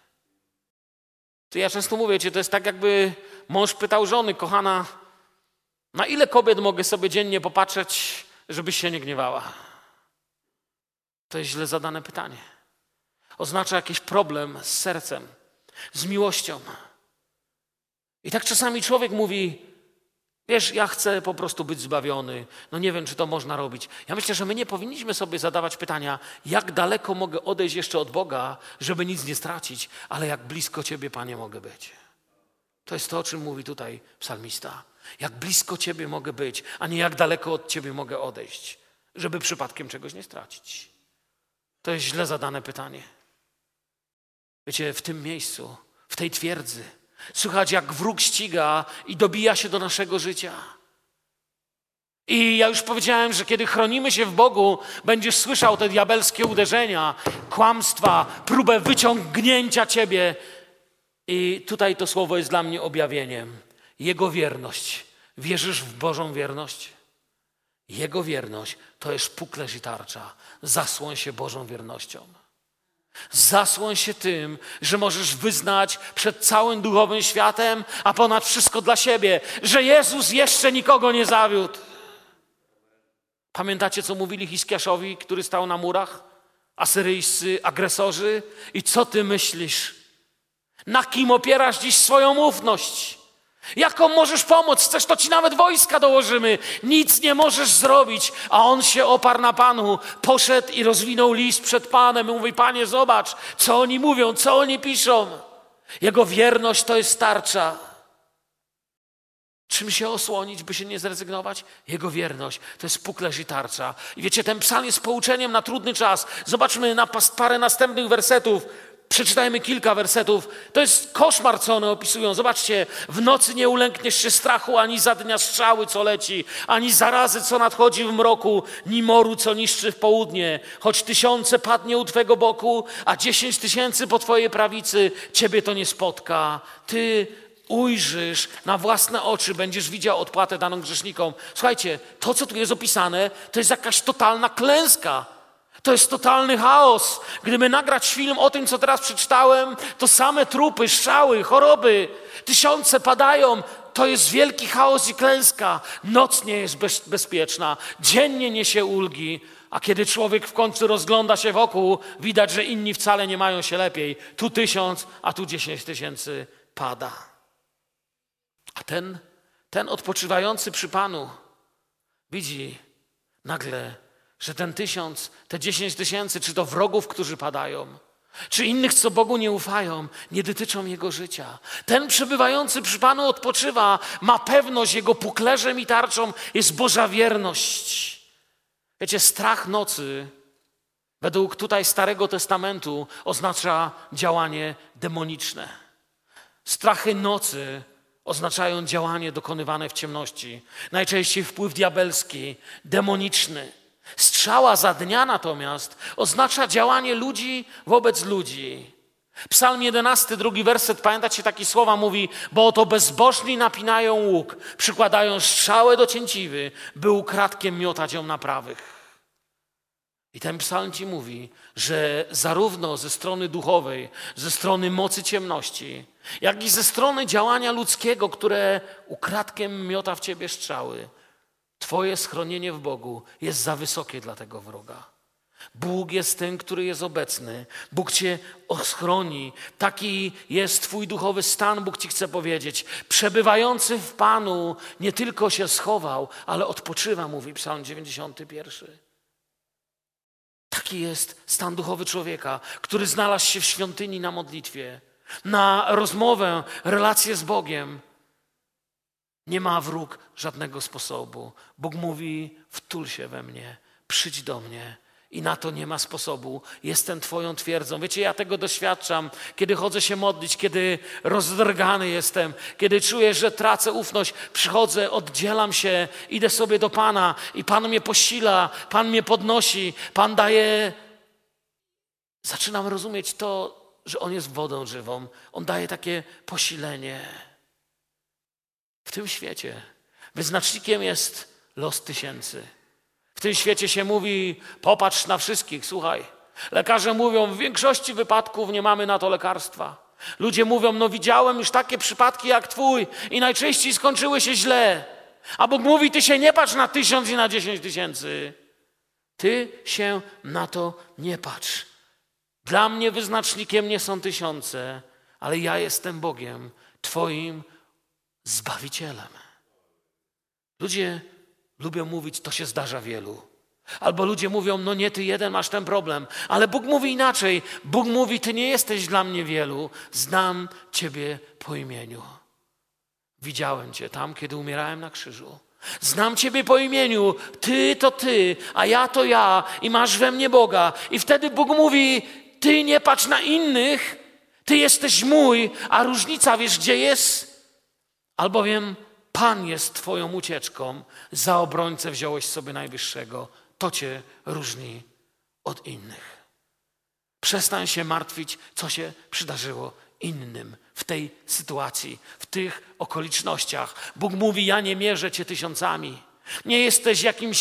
To ja często mówię, to jest tak, jakby mąż pytał żony, kochana, na ile kobiet mogę sobie dziennie popatrzeć, żebyś się nie gniewała? To jest źle zadane pytanie. Oznacza jakiś problem z sercem, z miłością. I tak czasami człowiek mówi, wiesz, ja chcę po prostu być zbawiony. No nie wiem, czy to można robić. Ja myślę, że my nie powinniśmy sobie zadawać pytania, jak daleko mogę odejść jeszcze od Boga, żeby nic nie stracić, ale jak blisko Ciebie, Panie, mogę być. To jest to, o czym mówi tutaj psalmista. Jak blisko Ciebie mogę być, a nie jak daleko od Ciebie mogę odejść, żeby przypadkiem czegoś nie stracić. To jest źle zadane pytanie. Wiecie, w tym miejscu, w tej twierdzy, słychać jak wróg ściga i dobija się do naszego życia. I ja już powiedziałem, że kiedy chronimy się w Bogu, będziesz słyszał te diabelskie uderzenia, kłamstwa, próbę wyciągnięcia Ciebie. I tutaj to słowo jest dla mnie objawieniem. Jego wierność. Wierzysz w Bożą wierność? Jego wierność to jest puklerz i tarcza. Zasłoń się Bożą wiernością. Zasłoń się tym, że możesz wyznać przed całym duchowym światem, a ponad wszystko dla siebie, że Jezus jeszcze nikogo nie zawiódł. Pamiętacie, co mówili Hiskiaszowi, który stał na murach? Asyryjscy agresorzy? I co ty myślisz? Na kim opierasz dziś swoją ufność? Jaką możesz pomóc? Chcesz, to ci nawet wojska dołożymy. Nic nie możesz zrobić. A on się oparł na Panu. Poszedł i rozwinął list przed Panem. I mówi, Panie, zobacz, co oni mówią, co oni piszą. Jego wierność to jest tarcza. Czym się osłonić, by się nie zrezygnować? Jego wierność to jest puklerz i tarcza. I wiecie, ten psalm jest pouczeniem na trudny czas. Zobaczmy na parę następnych wersetów. Przeczytajmy kilka wersetów. To jest koszmar, co one opisują. Zobaczcie, w nocy nie ulękniesz się strachu, ani za dnia strzały, co leci, ani zarazy, co nadchodzi w mroku, ni moru, co niszczy w południe. Choć 1000 padnie u Twego boku, a 10 000 po Twojej prawicy, Ciebie to nie spotka. Ty ujrzysz na własne oczy, będziesz widział odpłatę daną grzesznikom. Słuchajcie, to, co tu jest opisane, to jest jakaś totalna klęska. To jest totalny chaos. Gdyby nagrać film o tym, co teraz przeczytałem, to same trupy, strzały, choroby, 1000 padają. To jest wielki chaos i klęska. Noc nie jest bezpieczna, dziennie niesie ulgi, a kiedy człowiek w końcu rozgląda się wokół, widać, że inni wcale nie mają się lepiej. Tu 1000, a tu 10 000 pada. A ten odpoczywający przy Panu widzi nagle, że ten 1000, te 10 000, czy to wrogów, którzy padają, czy innych, co Bogu nie ufają, nie dotyczą jego życia. Ten przebywający przy Panu odpoczywa, ma pewność, jego puklerzem i tarczą jest Boża wierność. Wiecie, strach nocy, według tutaj Starego Testamentu, oznacza działanie demoniczne. Strachy nocy oznaczają działanie dokonywane w ciemności. Najczęściej wpływ diabelski, demoniczny. Strzała za dnia natomiast oznacza działanie ludzi wobec ludzi. Psalm 11, 2 werset, pamiętacie, takie słowa mówi, bo oto bezbożni napinają łuk, przykładają strzałę do cięciwy, by ukradkiem miotać ją na prawych. I ten psalm ci mówi, że zarówno ze strony duchowej, ze strony mocy ciemności, jak i ze strony działania ludzkiego, które ukradkiem miota w ciebie strzały, twoje schronienie w Bogu jest za wysokie dla tego wroga. Bóg jest tym, który jest obecny. Bóg cię ochroni. Taki jest twój duchowy stan, Bóg ci chce powiedzieć. Przebywający w Panu nie tylko się schował, ale odpoczywa, mówi Psalm 91. Taki jest stan duchowy człowieka, który znalazł się w świątyni na modlitwie, na rozmowę, relację z Bogiem. Nie ma wróg żadnego sposobu. Bóg mówi, wtul się we mnie, przyjdź do mnie. I na to nie ma sposobu. Jestem twoją twierdzą. Wiecie, ja tego doświadczam, kiedy chodzę się modlić, kiedy rozdrgany jestem, kiedy czuję, że tracę ufność. Przychodzę, oddzielam się, idę sobie do Pana i Pan mnie posila, Pan mnie podnosi, Pan daje... Zaczynam rozumieć to, że On jest wodą żywą. On daje takie posilenie. W tym świecie wyznacznikiem jest los tysięcy. W tym świecie się mówi, popatrz na wszystkich, słuchaj. Lekarze mówią, w większości wypadków nie mamy na to lekarstwa. Ludzie mówią, no widziałem już takie przypadki jak twój i najczęściej skończyły się źle. A Bóg mówi, ty się nie patrz na 1000 i na 10 000. Ty się na to nie patrz. Dla mnie wyznacznikiem nie są 1000, ale ja jestem Bogiem, twoim Zbawicielem. Ludzie lubią mówić, to się zdarza wielu. Albo ludzie mówią, no nie, ty jeden masz ten problem. Ale Bóg mówi inaczej. Bóg mówi, ty nie jesteś dla mnie wielu. Znam ciebie po imieniu. Widziałem cię tam, kiedy umierałem na krzyżu. Znam ciebie po imieniu. Ty to ty, a ja to ja. I masz we mnie Boga. I wtedy Bóg mówi, ty nie patrz na innych. Ty jesteś mój. A różnica, wiesz gdzie jest? Albowiem Pan jest twoją ucieczką, za obrońcę wziąłeś sobie Najwyższego. To cię różni od innych. Przestań się martwić, co się przydarzyło innym w tej sytuacji, w tych okolicznościach. Bóg mówi, ja nie mierzę cię 1000. Nie jesteś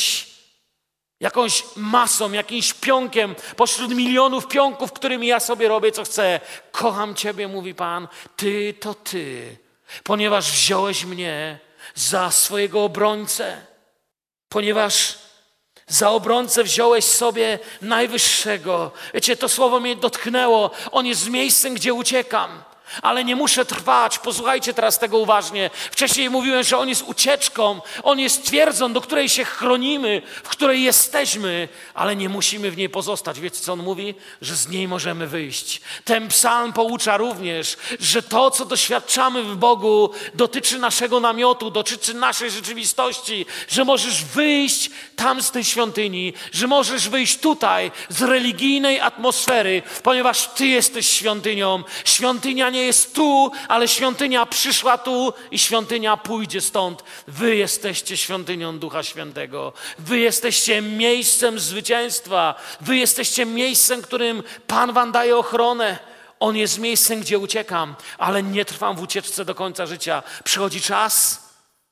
jakąś masą, jakimś pionkiem pośród milionów pionków, którymi ja sobie robię, co chcę. Kocham ciebie, mówi Pan, ty to ty. Ponieważ wziąłeś mnie za swojego obrońcę, ponieważ za obrońcę wziąłeś sobie Najwyższego. Wiecie, to słowo mnie dotknęło. On jest miejscem, gdzie uciekam. Ale nie muszę trwać. Posłuchajcie teraz tego uważnie. Wcześniej mówiłem, że On jest ucieczką. On jest twierdzą, do której się chronimy, w której jesteśmy, ale nie musimy w niej pozostać. Wiecie, co On mówi? Że z niej możemy wyjść. Ten psalm poucza również, że to, co doświadczamy w Bogu, dotyczy naszego namiotu, dotyczy naszej rzeczywistości, że możesz wyjść tam z tej świątyni, że możesz wyjść tutaj z religijnej atmosfery, ponieważ Ty jesteś świątynią. Świątynia nie jest tu, ale świątynia przyszła tu i świątynia pójdzie stąd. Wy jesteście świątynią Ducha Świętego. Wy jesteście miejscem zwycięstwa. Wy jesteście miejscem, którym Pan wam daje ochronę. On jest miejscem, gdzie uciekam, ale nie trwam w ucieczce do końca życia. Przychodzi czas,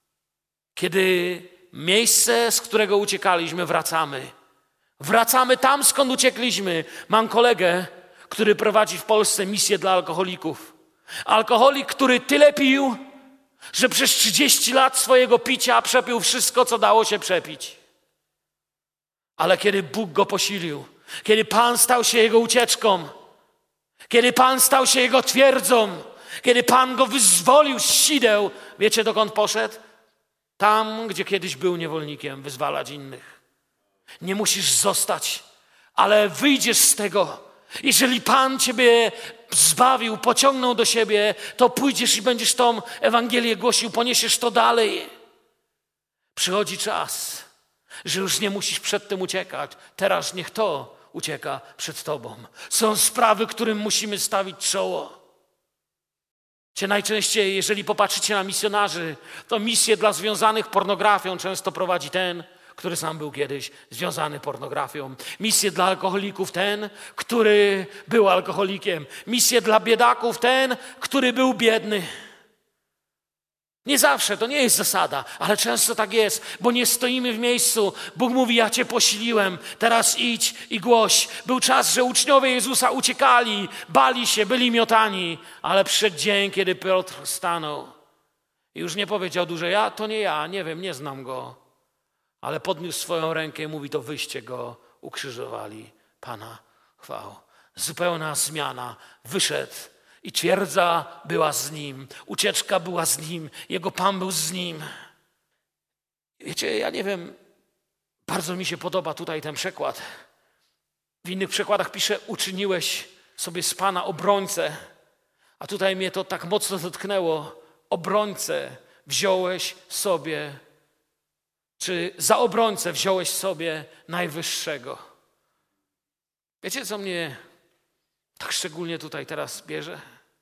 kiedy miejsce, z którego uciekaliśmy, wracamy. Wracamy tam, skąd uciekliśmy. Mam kolegę, który prowadzi w Polsce misję dla alkoholików. Alkoholik, który tyle pił, że przez 30 lat swojego picia przepił wszystko, co dało się przepić. Ale kiedy Bóg go posilił, kiedy Pan stał się jego ucieczką, kiedy Pan stał się jego twierdzą, kiedy Pan go wyzwolił z sideł, wiecie dokąd poszedł? Tam, gdzie kiedyś był niewolnikiem, wyzwalać innych. Nie musisz zostać, ale wyjdziesz z tego. Jeżeli Pan ciebie zbawił, pociągnął do siebie, to pójdziesz i będziesz tą Ewangelię głosił, poniesiesz to dalej. Przychodzi czas, że już nie musisz przed tym uciekać. Teraz niech to ucieka przed tobą. Są sprawy, którym musimy stawić czoło. Najczęściej, jeżeli popatrzycie na misjonarzy, to misje dla związanych pornografią często prowadzi ten, który sam był kiedyś związany pornografią. Misję dla alkoholików ten, który był alkoholikiem. Misję dla biedaków ten, który był biedny. Nie zawsze, to nie jest zasada, ale często tak jest, bo nie stoimy w miejscu. Bóg mówi, ja cię posiliłem, teraz idź i głoś. Był czas, że uczniowie Jezusa uciekali, bali się, byli miotani, ale przyszedł dzień, kiedy Piotr stanął i już nie powiedział dłużej, to nie ja, nie wiem, nie znam go. Ale podniósł swoją rękę i mówi, to wyście go ukrzyżowali. Pana chwał. Zupełna zmiana. Wyszedł i twierdza była z nim. Ucieczka była z nim. Jego Pan był z nim. Wiecie, ja nie wiem, bardzo mi się podoba tutaj ten przekład. W innych przekładach pisze, uczyniłeś sobie z Pana obrońcę. A tutaj mnie to tak mocno dotknęło. Obrońcę wziąłeś sobie, czy za obrońcę wziąłeś sobie Najwyższego. Wiecie, co mnie tak szczególnie tutaj teraz bierze?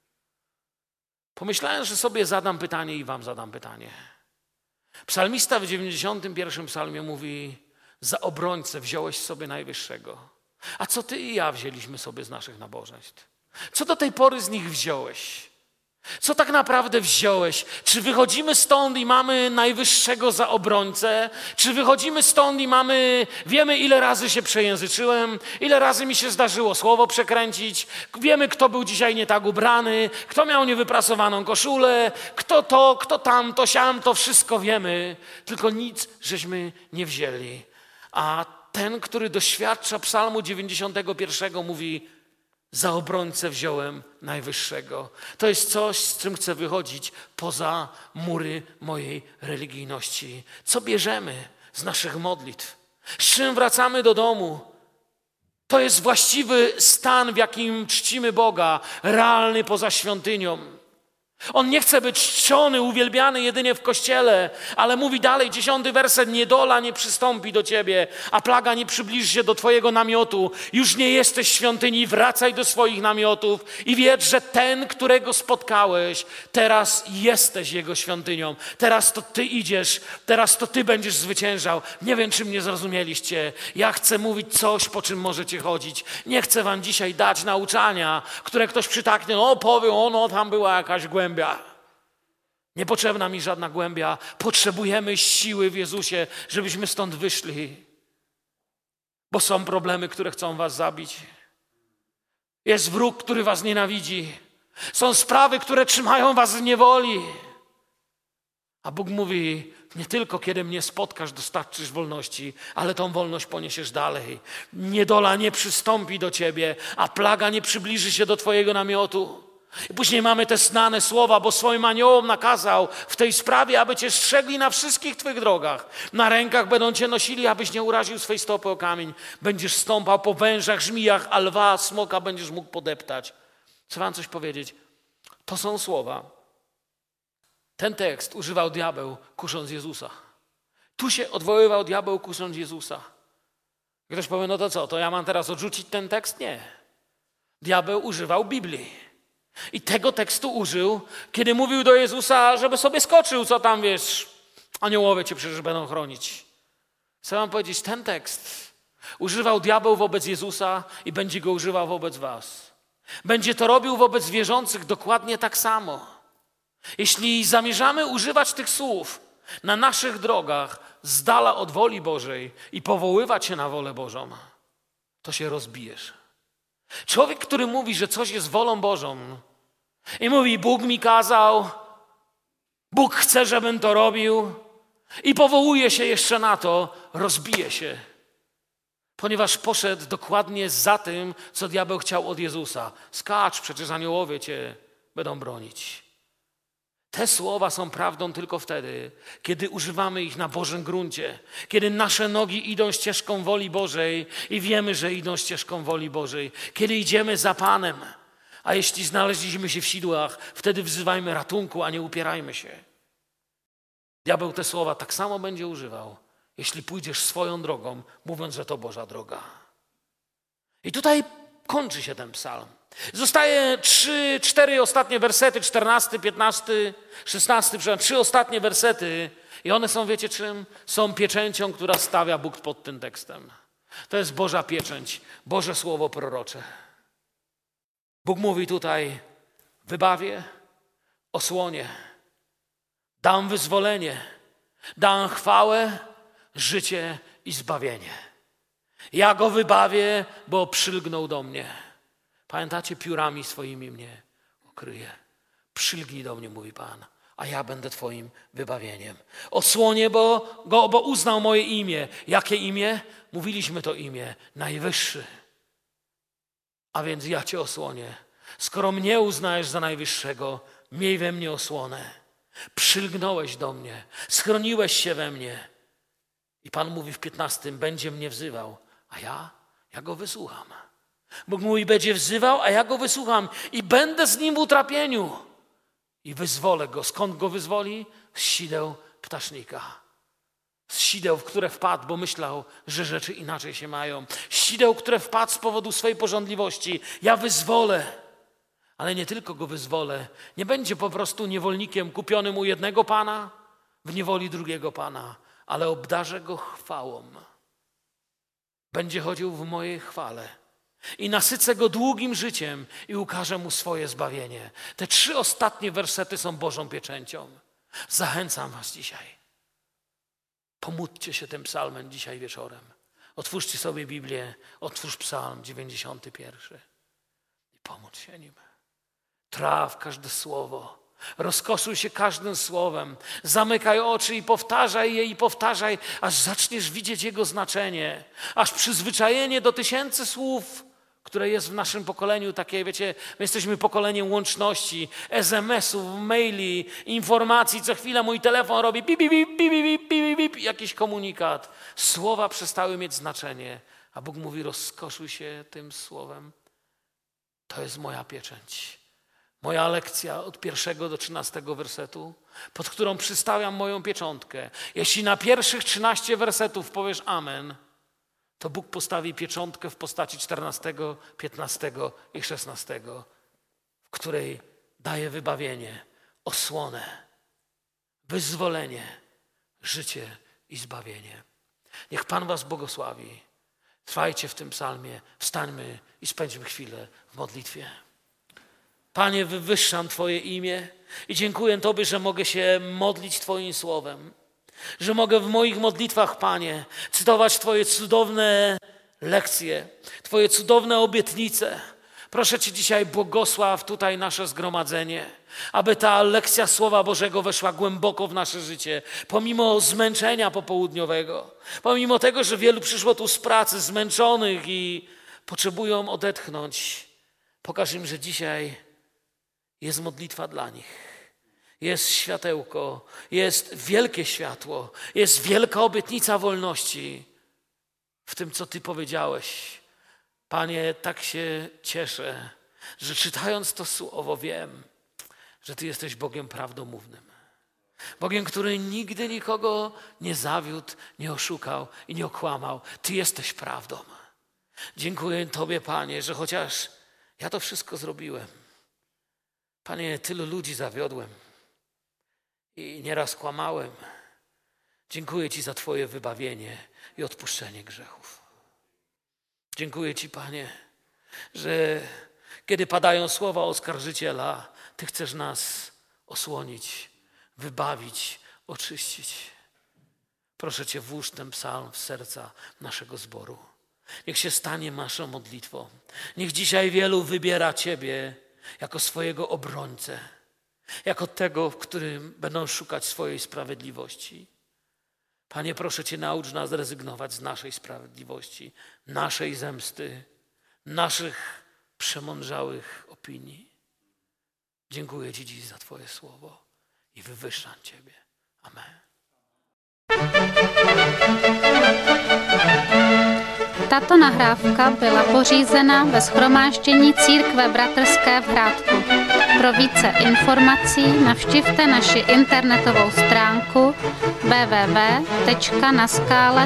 Pomyślałem, że sobie zadam pytanie i wam zadam pytanie. Psalmista w 91 psalmie mówi, za obrońcę wziąłeś sobie Najwyższego. A co ty i ja wzięliśmy sobie z naszych nabożeństw? Co do tej pory z nich wziąłeś? Co tak naprawdę wziąłeś? Czy wychodzimy stąd i mamy Najwyższego za obrońcę? Czy wychodzimy stąd i wiemy, ile razy się przejęzyczyłem, ile razy mi się zdarzyło słowo przekręcić, wiemy, kto był dzisiaj nie tak ubrany, kto miał niewyprasowaną koszulę, kto to, kto tam, to siam, to wszystko wiemy, tylko nic żeśmy nie wzięli. A ten, który doświadcza psalmu 91 mówi, za obrońcę wziąłem Najwyższego. To jest coś, z czym chcę wychodzić poza mury mojej religijności. Co bierzemy z naszych modlitw? Z czym wracamy do domu? To jest właściwy stan, w jakim czcimy Boga, realny poza świątynią. On nie chce być czczony, uwielbiany jedynie w kościele, ale mówi dalej, 10 werset, niedola nie przystąpi do ciebie, a plaga nie przybliży się do twojego namiotu. Już nie jesteś w świątyni, wracaj do swoich namiotów i wiedz, że ten, którego spotkałeś, teraz jesteś jego świątynią. Teraz to ty idziesz, teraz to ty będziesz zwyciężał. Nie wiem, czy mnie zrozumieliście. Ja chcę mówić coś, po czym możecie chodzić. Nie chcę wam dzisiaj dać nauczania, które ktoś przytaknie, powie, tam była jakaś głębia. Niepotrzebna mi żadna głębia. Potrzebujemy siły w Jezusie, żebyśmy stąd wyszli. Bo są problemy, które chcą was zabić. Jest wróg, który was nienawidzi. Są sprawy, które trzymają was w niewoli. A Bóg mówi, nie tylko kiedy mnie spotkasz, dostarczysz wolności, ale tą wolność poniesiesz dalej. Niedola nie przystąpi do ciebie, a plaga nie przybliży się do twojego namiotu. I później mamy te znane słowa, bo swoim aniołom nakazał w tej sprawie, aby cię strzegli na wszystkich twych drogach. Na rękach będą cię nosili, abyś nie uraził swej stopy o kamień. Będziesz stąpał po wężach, żmijach, a lwa, smoka będziesz mógł podeptać. Chcę wam coś powiedzieć. To są słowa. Ten tekst używał diabeł, kusząc Jezusa. Tu się odwoływał diabeł, kusząc Jezusa. Ktoś powie, no to co, to ja mam teraz odrzucić ten tekst? Nie. Diabeł używał Biblii. I tego tekstu użył, kiedy mówił do Jezusa, żeby sobie skoczył, co tam, wiesz, aniołowie cię przecież będą chronić. Chcę wam powiedzieć, ten tekst używał diabeł wobec Jezusa i będzie go używał wobec was. Będzie to robił wobec wierzących dokładnie tak samo. Jeśli zamierzamy używać tych słów na naszych drogach z dala od woli Bożej i powoływać się na wolę Bożą, to się rozbijesz. Człowiek, który mówi, że coś jest wolą Bożą i mówi, Bóg mi kazał, Bóg chce, żebym to robił i powołuje się jeszcze na to, rozbije się. Ponieważ poszedł dokładnie za tym, co diabeł chciał od Jezusa. Skacz, przecież aniołowie cię będą bronić. Te słowa są prawdą tylko wtedy, kiedy używamy ich na Bożym gruncie, kiedy nasze nogi idą ścieżką woli Bożej i wiemy, że idą ścieżką woli Bożej, kiedy idziemy za Panem, a jeśli znaleźliśmy się w sidłach, wtedy wzywajmy ratunku, a nie upierajmy się. Diabeł te słowa tak samo będzie używał, jeśli pójdziesz swoją drogą, mówiąc, że to Boża droga. I tutaj kończy się ten psalm. Zostaje 4 ostatnie wersety, 14, 15, 16, 3 ostatnie wersety i one są, wiecie czym? Są pieczęcią, która stawia Bóg pod tym tekstem. To jest Boża pieczęć, Boże słowo prorocze. Bóg mówi tutaj, wybawię, osłonię, dam wyzwolenie, dam chwałę, życie i zbawienie. Ja go wybawię, bo przylgnął do mnie. Pamiętacie, piórami swoimi mnie okryje. Przylgnij do mnie, mówi Pan, a ja będę twoim wybawieniem. Osłonię, bo uznał moje imię. Jakie imię? Mówiliśmy to imię, Najwyższy. A więc ja cię osłonię. Skoro mnie uznajesz za Najwyższego, miej we mnie osłonę. Przylgnąłeś do mnie, schroniłeś się we mnie. I Pan mówi w 15, będzie mnie wzywał, a ja ja go wysłucham. Bóg mówi, będzie wzywał, a ja go wysłucham i będę z nim w utrapieniu. I wyzwolę go. Skąd go wyzwoli? Z sideł ptasznika. Z sideł, w które wpadł, bo myślał, że rzeczy inaczej się mają. Z sideł, które wpadł z powodu swojej pożądliwości. Ja wyzwolę. Ale nie tylko go wyzwolę. Nie będzie po prostu niewolnikiem kupionym u jednego pana, w niewoli drugiego pana, ale obdarzę go chwałą. Będzie chodził w mojej chwale. I nasycę go długim życiem i ukażę mu swoje zbawienie. Te 3 ostatnie wersety są Bożą pieczęcią. Zachęcam was dzisiaj. Pomódlcie się tym psalmem dzisiaj wieczorem. Otwórzcie sobie Biblię, otwórz psalm 91 i pomódl się nim. Traf każde słowo. Rozkoszuj się każdym słowem. Zamykaj oczy i powtarzaj, aż zaczniesz widzieć jego znaczenie. Aż przyzwyczajenie do 1000 słów, które jest w naszym pokoleniu, takie, wiecie, my jesteśmy pokoleniem łączności, SMS-ów, maili, informacji. Co chwila mój telefon robi bip, bip, bip, bip, bip, bip, bip, jakiś komunikat. Słowa przestały mieć znaczenie, a Bóg mówi, rozkoszuj się tym słowem. To jest moja pieczęć. Moja lekcja od 1 do 13 wersetu, pod którą przystawiam moją pieczątkę. Jeśli na pierwszych 13 wersetów powiesz amen, to Bóg postawi pieczątkę w postaci 14, 15 i 16, w której daje wybawienie, osłonę, wyzwolenie, życie i zbawienie. Niech Pan was błogosławi. Trwajcie w tym psalmie, wstańmy i spędźmy chwilę w modlitwie. Panie, wywyższam Twoje imię i dziękuję Tobie, że mogę się modlić Twoim słowem. Że mogę w moich modlitwach, Panie, cytować Twoje cudowne lekcje, Twoje cudowne obietnice. Proszę Cię dzisiaj, błogosław tutaj nasze zgromadzenie, aby ta lekcja Słowa Bożego weszła głęboko w nasze życie, pomimo zmęczenia popołudniowego, pomimo tego, że wielu przyszło tu z pracy zmęczonych i potrzebują odetchnąć. Pokaż im, że dzisiaj jest modlitwa dla nich. Jest światełko, jest wielkie światło, jest wielka obietnica wolności w tym, co Ty powiedziałeś. Panie, tak się cieszę, że czytając to słowo wiem, że Ty jesteś Bogiem prawdomównym. Bogiem, który nigdy nikogo nie zawiódł, nie oszukał i nie okłamał. Ty jesteś prawdą. Dziękuję Tobie, Panie, że chociaż ja to wszystko zrobiłem, Panie, tylu ludzi zawiodłem i nieraz kłamałem. Dziękuję Ci za Twoje wybawienie i odpuszczenie grzechów. Dziękuję Ci, Panie, że kiedy padają słowa oskarżyciela, Ty chcesz nas osłonić, wybawić, oczyścić. Proszę Cię, włóż ten psalm w serca naszego zboru. Niech się stanie naszą modlitwą. Niech dzisiaj wielu wybiera Ciebie jako swojego obrońcę, jako tego, w którym będą szukać swojej sprawiedliwości. Panie, proszę Cię, naucz nas rezygnować z naszej sprawiedliwości, naszej zemsty, naszych przemądrzałych opinii. Dziękuję Ci dziś za Twoje słowo i wywyższam Ciebie. Amen. Tato nahrávka byla pořízena ve shromáždění Církve bratrské v Hrádku. Pro více informací navštivte naši internetovou stránku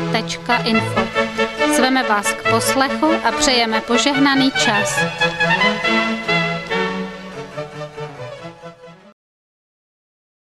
www.naskale.info. Zveme vás k poslechu a přejeme požehnaný čas.